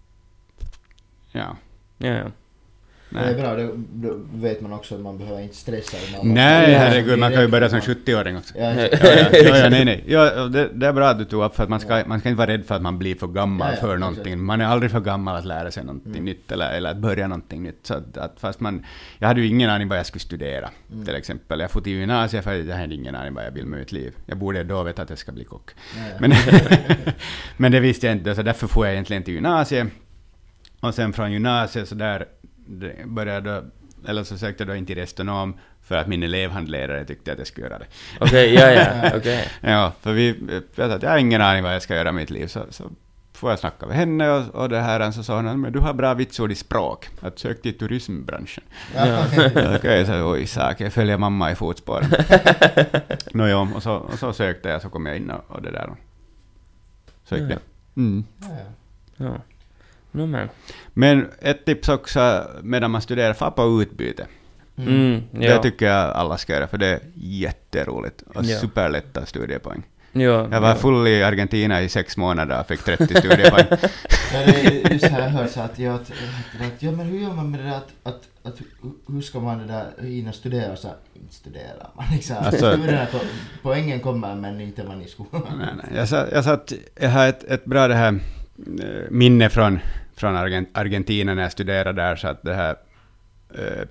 Ja. Ja, ja. Nej. Det är bra, då, då vet man också att man behöver inte stressa. Man nej, herregud, man kan ju börja som sjuttio-åring också. Ja, ja, ja, ja, ja, nej, nej. Ja, det, det är bra att du tog upp, för att man ska, man ska inte vara rädd för att man blir för gammal ja, ja, för någonting. Exakt. Man är aldrig för gammal att lära sig någonting mm. nytt eller, eller att börja någonting nytt. Så att, att fast man, jag hade ju ingen aning vad jag skulle studera, mm. till exempel. Jag får till gymnasiet för jag hade ingen aning vad jag vill med mitt liv. Jag borde då veta att jag ska bli kock. Ja, ja. Men, men det visste jag inte, så därför får jag egentligen till gymnasiet. Och sen från gymnasiet så där började eller så sökte jag då inte i restonom för att min elevhandledare tyckte att jag skulle göra det. Okej, okay, ja, ja, okej. Okay. Ja, för vi vet att jag har ingen aning vad jag ska göra i mitt liv, så, så får jag snacka med henne och, och det här, så sa hon, men du har bra vitsord i språk, att sök till turismbranschen. Ja. Okej, okay, så oj, sak, jag följer mamma i fotspåren. no, ja, och, så, och så sökte jag, så kom jag in och, och det där och sökte. Ja. Mm. Ja. Ja. No, men. men ett tips också medan man studerar, få på utbyte. Mm. Mm, det ja. tycker jag alla ska göra, för det är jätteroligt och ja. superlätta studiepoäng. Ja, jag var ja. full i Argentina i sex månader och fick trettio studiepoäng. Ja, det är just här jag hör så att, jag, att, att ja, men hur gör man med det där att, att, att hur ska man det där hinna studera, så inte studera man liksom. Alltså, på, poängen kommer men inte man i skolan. Nej, nej. Jag sa, jag sa att jag har ett, ett bra det här minne från, från Argentina när jag studerade där, så att det här eh,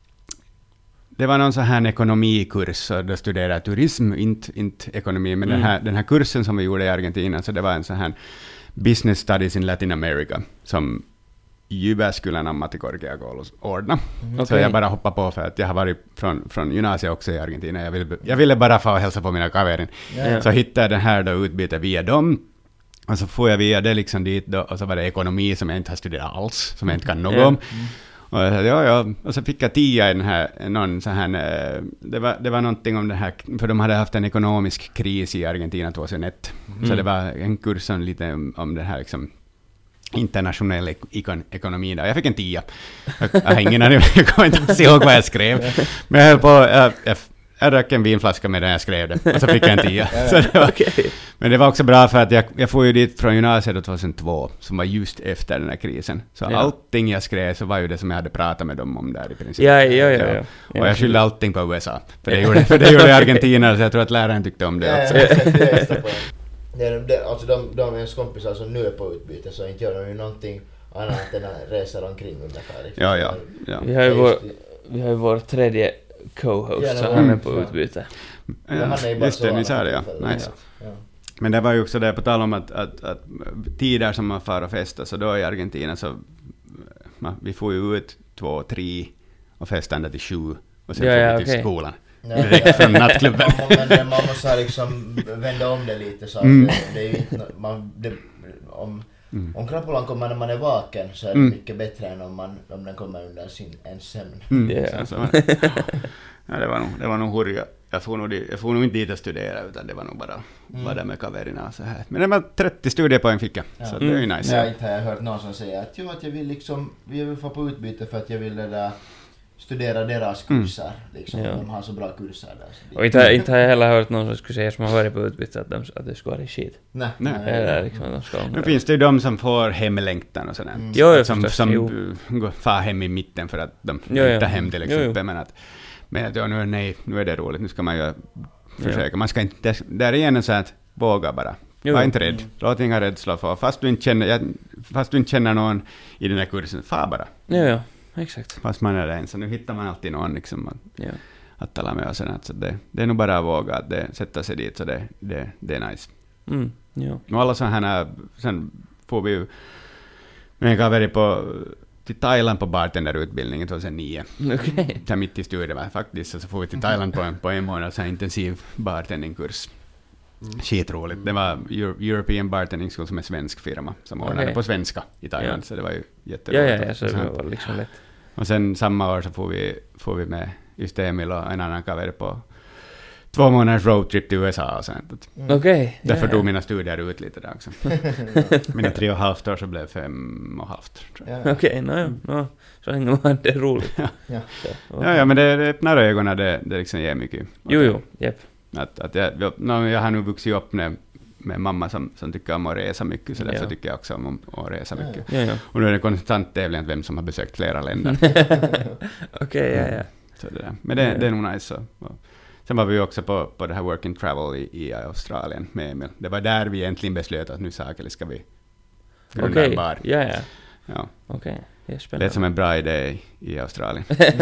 det var någon sån här ekonomikurs, och då studerade jag turism, inte, inte ekonomi, men mm. den, här, den här kursen som vi gjorde i Argentina, så det var en sån här business studies in Latin America som Jyväskylän ammattikorkeakoulus ordna. Mm. Så okay. jag bara hoppade på för att jag har varit från, från gymnasiet också i Argentina. Jag ville, jag ville bara få hälsa på mina kaverin. Yeah. Så hittade jag den här då utbyte via dem. Och så får jag via det liksom dit då, och så var det ekonomi som jag inte har studerat alls, som jag inte kan något om. Mm. Och, jag, ja, ja. och så fick jag tia i den här, någon så här, det var, det var någonting om det här, för de hade haft en ekonomisk kris i Argentina tjugohundraett. Mm. Så det var en kurs som lite om, om det här liksom, internationell ek- ekonomi där. Jag fick en tia. Jag, jag har ingen aning, jag kommer inte ihåg vad jag skrev. Men jag höll på, jag, jag, jag drack en vinflaska medan jag skrev det. Och så fick jag en tia. Så det var, okay. Men det var också bra för att jag, jag får ju dit från gymnasiet då tjugohundratvå, som var just efter den här krisen. Så ja. allting jag skrev så var ju det som jag hade pratat med dem om där i princip. Ja, ja, ja. ja. ja. Och jag skyllde allting på U S A. För det gjorde, för det gjorde Argentina, så jag tror att läraren tyckte om det också. Ja, ja, det är det, det, alltså de, de ens kompisar som nu är på utbyte, så inte gör de ju någonting annat än att resa omkring ungefär. Liksom. Ja, ja, ja. Vi har ju vår, vi har ju vår tredje co-host ja, som han är på utbyte. Ja, ja, just det, ni sa det, ja. Nice. Ja. Men det var ju också det, på tal om att, att, att tider som man far och festar, så då i Argentina så man, vi får ju ut två, tre och festar ända till sju och sen ja, får ja, vi till okay. skolan. Ja. Direkt från nattklubben. Men man måste liksom vända om det lite så att mm. det, det är ju inte, man, det, om, mm. om krappulan kommer när man är vaken så är det mm. mycket bättre än om, man, om den kommer under sin en sömn. Mm. Yeah. Så, ja, det var nog, det var nog hurriga. Jag får nog, jag får nog inte dit att studera, utan det var nog bara mm. vara där med kaverna så här. Men det var trettio studiepoäng fick jag, ja. Så det är ju nice. Men jag inte har jag hört någon som säger att jo, att jag vill liksom, jag vill få på utbyte för att jag vill det där studera deras kurser, mm. liksom. Ja. De har så bra kurser där. Och inte, inte har jag heller hört någon som skulle säga som har varit på utbyte att, de, att det skulle vara skit. Nej. Nej. Eller liksom att de ska nu finns det ju de som får hemlängtan och sådär. Mm. Jo, som förstås, som jo. går far hem i mitten för att de jo, hittar jo. hem till exempel. Men att, men att ja, nu, nej, nu är det roligt, nu ska man ju försöka. Man ska inte, där är igen så att våga bara. Jo. Var inte rädd. Mm. Låt inga rädsla få. Fast du inte känner, jag, fast du inte känner någon i den här kursen, far bara. Ja, ja. Exakt. Fast man är där ensam. Nu hittar man alltid någon liksom, att, ja. att tala med. Och sen, så det, det är nog bara att våga att det, sätta sig dit, så det, det, det är nice. Mm, ja. Och alla sådana här, sen får vi ju med en kaveri på till Thailand på bartenderutbildningen tjugohundranio. Okej. Okay. Mitt i studien faktiskt, så får vi till Thailand på en, på en månad så här intensiv bartendingkurs. Mm. Skitroligt. Det var European Bartending School som är svensk firma som ordnade okay. på svenska i Thailand, ja. Så det var ju jätteroligt. Ja, ja, ja, så det var liksom lätt. Och sen samma år så får vi, får vi med just Emil och en annan kaveri på två månaders roadtrip till U S A och sånt. Mm. Okej. Okay. Därför ja, drog ja. mina studier ut lite där också. Mina tre och ett halvt år så blev fem och ett halvt. Okej, okay, no, ja. no, så länge man det är roligt. ja. Ja. ja, ja, men det, det öppnar ögonen, det, det liksom ger mycket. Jo, jo, jepp. Att, att jag, jag, jag har nu vuxit upp med, med mamma som, som tycker om att resa mycket, så därför ja. tycker jag också om att resa mycket. Ja, ja. Och nu är det konstant tävling vem som har besökt flera länder. Okej, okay, ja, ja. Så det där. Men det, ja. det är nog nice. Så. Sen var vi också på, på det här work and travel i, i Australien med Emil. Det var där vi egentligen beslöt att nu Sakeli ska vi grunda okay. en bar. Ja, ja. Ja. Okej, okay. Det är spännande. Det är som en bra idé i, i Australien.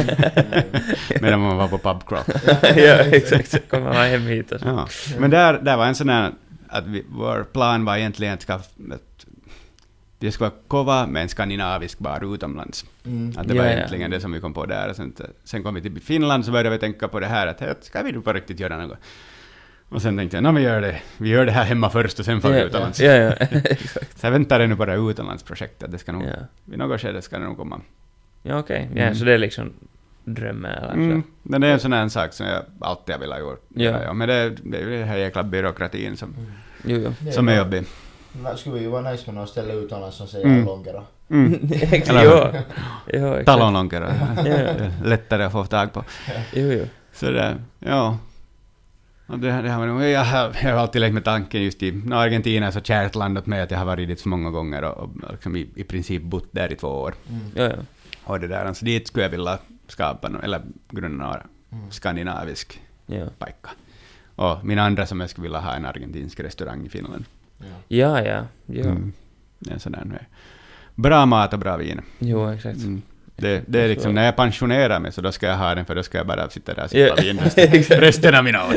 Medan man var på pubcrawl. Ja, exakt. Kommer man hem hit. Och så. Ja. Men där, där var en sån här, att vi, vår plan var egentligen att, ska, att det ska vara kova med en skandinavisk bar utomlands. Mm. Att det var ja, egentligen ja. det som vi kom på där. Och sen, sen kom vi till Finland, så började vi tänka på det här, att ska vi på riktigt göra något? Och sen tänkte jag, no, vi gör det vi gör det här hemma först och sen får vi ja, utomlands. Ja, ja, exakt. Så jag väntar nu på det här utlandsprojektet. Det ska nog, ja. vid något skede ska det nog komma. Ja, okej. Okay. Ja, mm. Så det är liksom drömmen eller mm. Men det är en sån här sak som jag alltid har velat göra. Ja. Ja, men det, det är ju det här jäkla byråkratin som, mm. jo, jo. som är jobbig. Det skulle ju vara nice med någon ställe utomlands som säger mm. långera. Mm. jo. jo, exakt. Talonlångera. ja. Lättare att få tag på. jo, jo. Så det, ja. Och det, det har, jag, har, jag har alltid lekt med tanken just i no, Argentina är så kärt landat med att jag har varit dit så många gånger och, och liksom i, i princip bott där i två år. Mm. Ja, ja. Och det där, alltså dit skulle jag vilja skapa no, eller grunda några mm. skandinavisk ja. pajka. Och min andra som jag skulle vilja ha en argentinsk restaurang i Finland. Ja, ja. ja. ja. Mm. Det är en sån där, bra mat och bra vin. Jo, exakt. Mm. Det, det är liksom, när jag pensionerar mig så då ska jag ha den, för då ska jag bara sitta där och sitta vin resten, resten av mina år.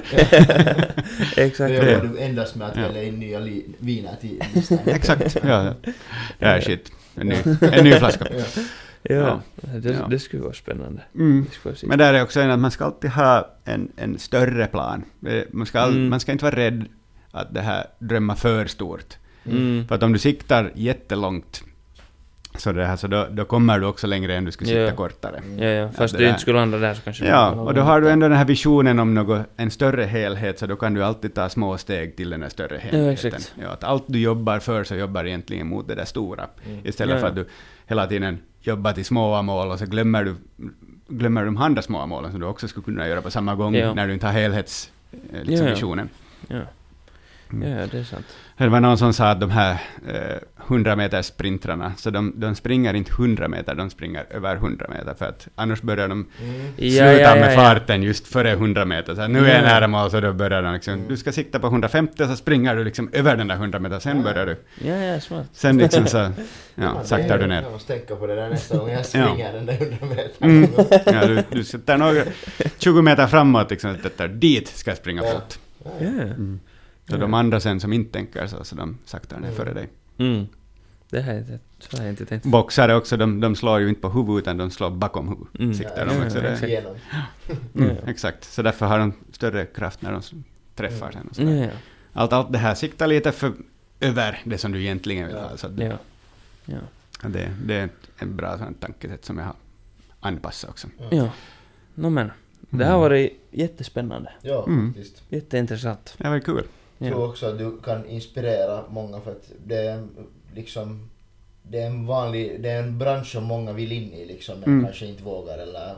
Exakt. Det gör du endast med att ja. välja in nya li- viner till listan. Exakt, ja. Det är shit. En ny, en ny flaska. ja, ja. ja. Det, ja. det skulle vara spännande. Mm. Skulle vara Men där är också en att man ska alltid ha en, en större plan. Man ska, all, mm. man ska inte vara rädd att det här drömma för stort. Mm. För att om du siktar jättelångt så, det här, så då, då kommer du också längre än du skulle sitta ja. kortare. Ja, ja. Fast du inte skulle landa där så kanske... Ja, och då har du ändå den här visionen om något, en större helhet, så då kan du alltid ta små steg till den här större helheten. Ja, ja, att allt du jobbar för så jobbar egentligen mot det där stora. Mm. Istället ja. för att du hela tiden jobbar till små mål och så glömmer du glömmer de andra små målen som du också skulle kunna göra på samma gång Ja. när du inte har helhets eh, liksom Ja. visionen. Ja. Mm. Ja, det är sant. Det var någon som sa att de här eh, hundra meters sprintrarna, så de, de springer inte hundra meter, de springer över hundra meter, för att annars börjar de Mm. Ja, sluta ja, ja, med ja. farten just före hundra meter. Så här, nu är jag Ja. nära mål, så då börjar de liksom, Mm. du ska sikta på hundrafemtio, så springer du liksom över den där hundra meter, sen Ja. börjar du, Ja, ja, smart. sen liksom så, Ja, ja, det saktar är- du ner. Jag måste tänka på det där nästa gång jag springer den där hundra meter. Mm. Ja, du, du sätter några tjugo meter framåt, liksom, att detta, dit ska jag springa Ja. fort. Ja. Mm. Så Ja. de andra sen som inte tänker så, så de saktar ner Mm. före dig. Mm. Det här är inte, så har jag inte tänkt. Boxare också, de, de slår ju inte på huvudet, utan de slår bakom huvudet. Mm. Siktar Ja, de också ja, där. exakt. Igenom. Mm, Ja. exakt. Så därför har de större kraft när de s- träffar sen. Och så. Ja, ja. Allt, allt det här siktar lite för över det som du egentligen vill Ja. ha. Så att det, Ja. Ja. det, det är ett, ett bra sånt tankesätt som jag har anpassat också. Ja. No, men. Det har varit jättespännande. Ja, Mm. faktiskt. Jätteintressant. Det var kul. Jag tror Ja. också att du kan inspirera många, för att det är en, liksom, det är en vanlig, det är en bransch som många vill in i liksom, men Mm. kanske inte vågar eller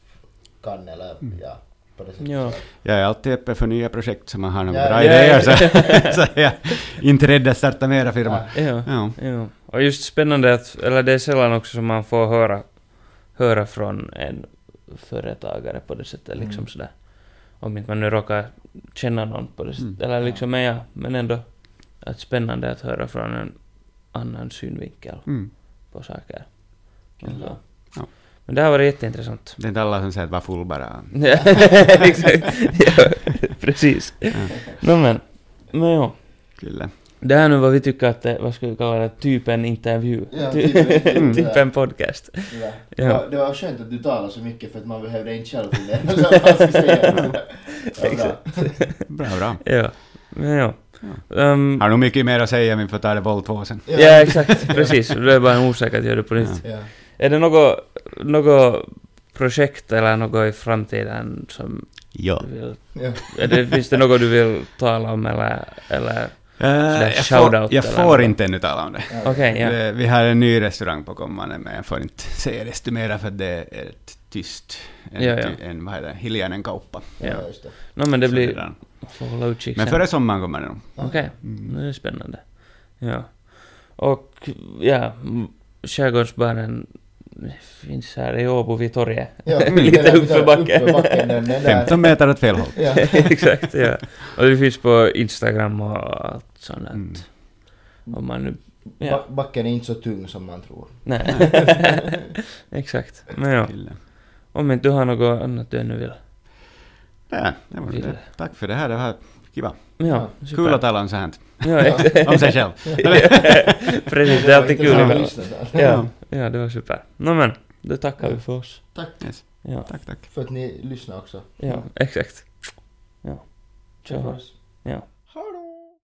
kan eller ja, på det sättet. Ja. Så- Jag är alltid öppen för nya projekt som man har några Ja, bra ja, idéer. ja. Så, så jag är inte rädd att starta mera firma. Ja. Ja. Ja. Ja. Och just spännande att, eller det är sällan också som man får höra, höra från en företagare på det sättet, liksom Mm. sådär. Om inte man nu råkar känna någon på det sättet, Mm. eller liksom, men ja, men ändå att spännande att höra från en annan synvinkel Mm. på saker. Kyllä. Och så. Ja. Men det har varit jätteintressant. Det är inte alla som säger att var full bara. Ja, exakt. Ja, precis. Ja. No, men, men ja. Kyllä. Det här nu vad vi tycker att det, vad ska vi kalla det, typ en intervju. Ja, Ty- typ en intervju, typ ja. en podcast. Ja. Det, Ja. var, det var skönt att du talade så mycket, för att man behövde inte själv fundera så vad man ska säga. Det var bra. Bra, bra. Ja, men ja. Um, Har nog mycket mer att säga, men vi får ta det boll två sen. ja, exakt, precis. Det är bara en orsak att göra det på nytt. Ja. Är det något, något projekt eller något i framtiden som Ja. du vill... Ja. Är det, finns det något du vill tala om eller... eller Uh, jag shoutout får, jag eller får något. inte ännu tala om det. Ja. okej, ja. Det- Vi har en ny restaurang på kommande, men jag får inte säga desto mera för det är ett tyst, en, Ja, ja. ty- en vad heter det, hiljainen kauppa. Ja. Ja, just det. No, men det Så blir... där. Får hålla utkik Men sen. före sommaren kommer det nog. Okej, Mm. nu är det spännande. Ja. Och ja, m- Skärgårdsbaren finns här i Åbo vid torget. Ja, Lite den där- uppför backen. uppför backen, den- den där- femton meter åt fel håll. Ja. Exakt, ja. Och det finns på Instagram och allt sånt. Mm. Om man nu... Ja. Ba- Backen är inte så tung som man tror. Nej. Exakt. Men ja, Kyllä. om inte du har något annat du ännu vill. Ja, det var Vill. det. Tack för det här, det var kiva. Ja, super. Kul att tala om så här. Ja, exakt. Om sig själv. Precis, det är alltid kul Det var ibland. intressant att lyssna där. Ja, ja, det var super. No, men, då tackar vi för oss. Yes. Ja, Tack, tack. För att ni lyssnar också. ja, exakt. Ja. Tack för Ciao. oss. Ja.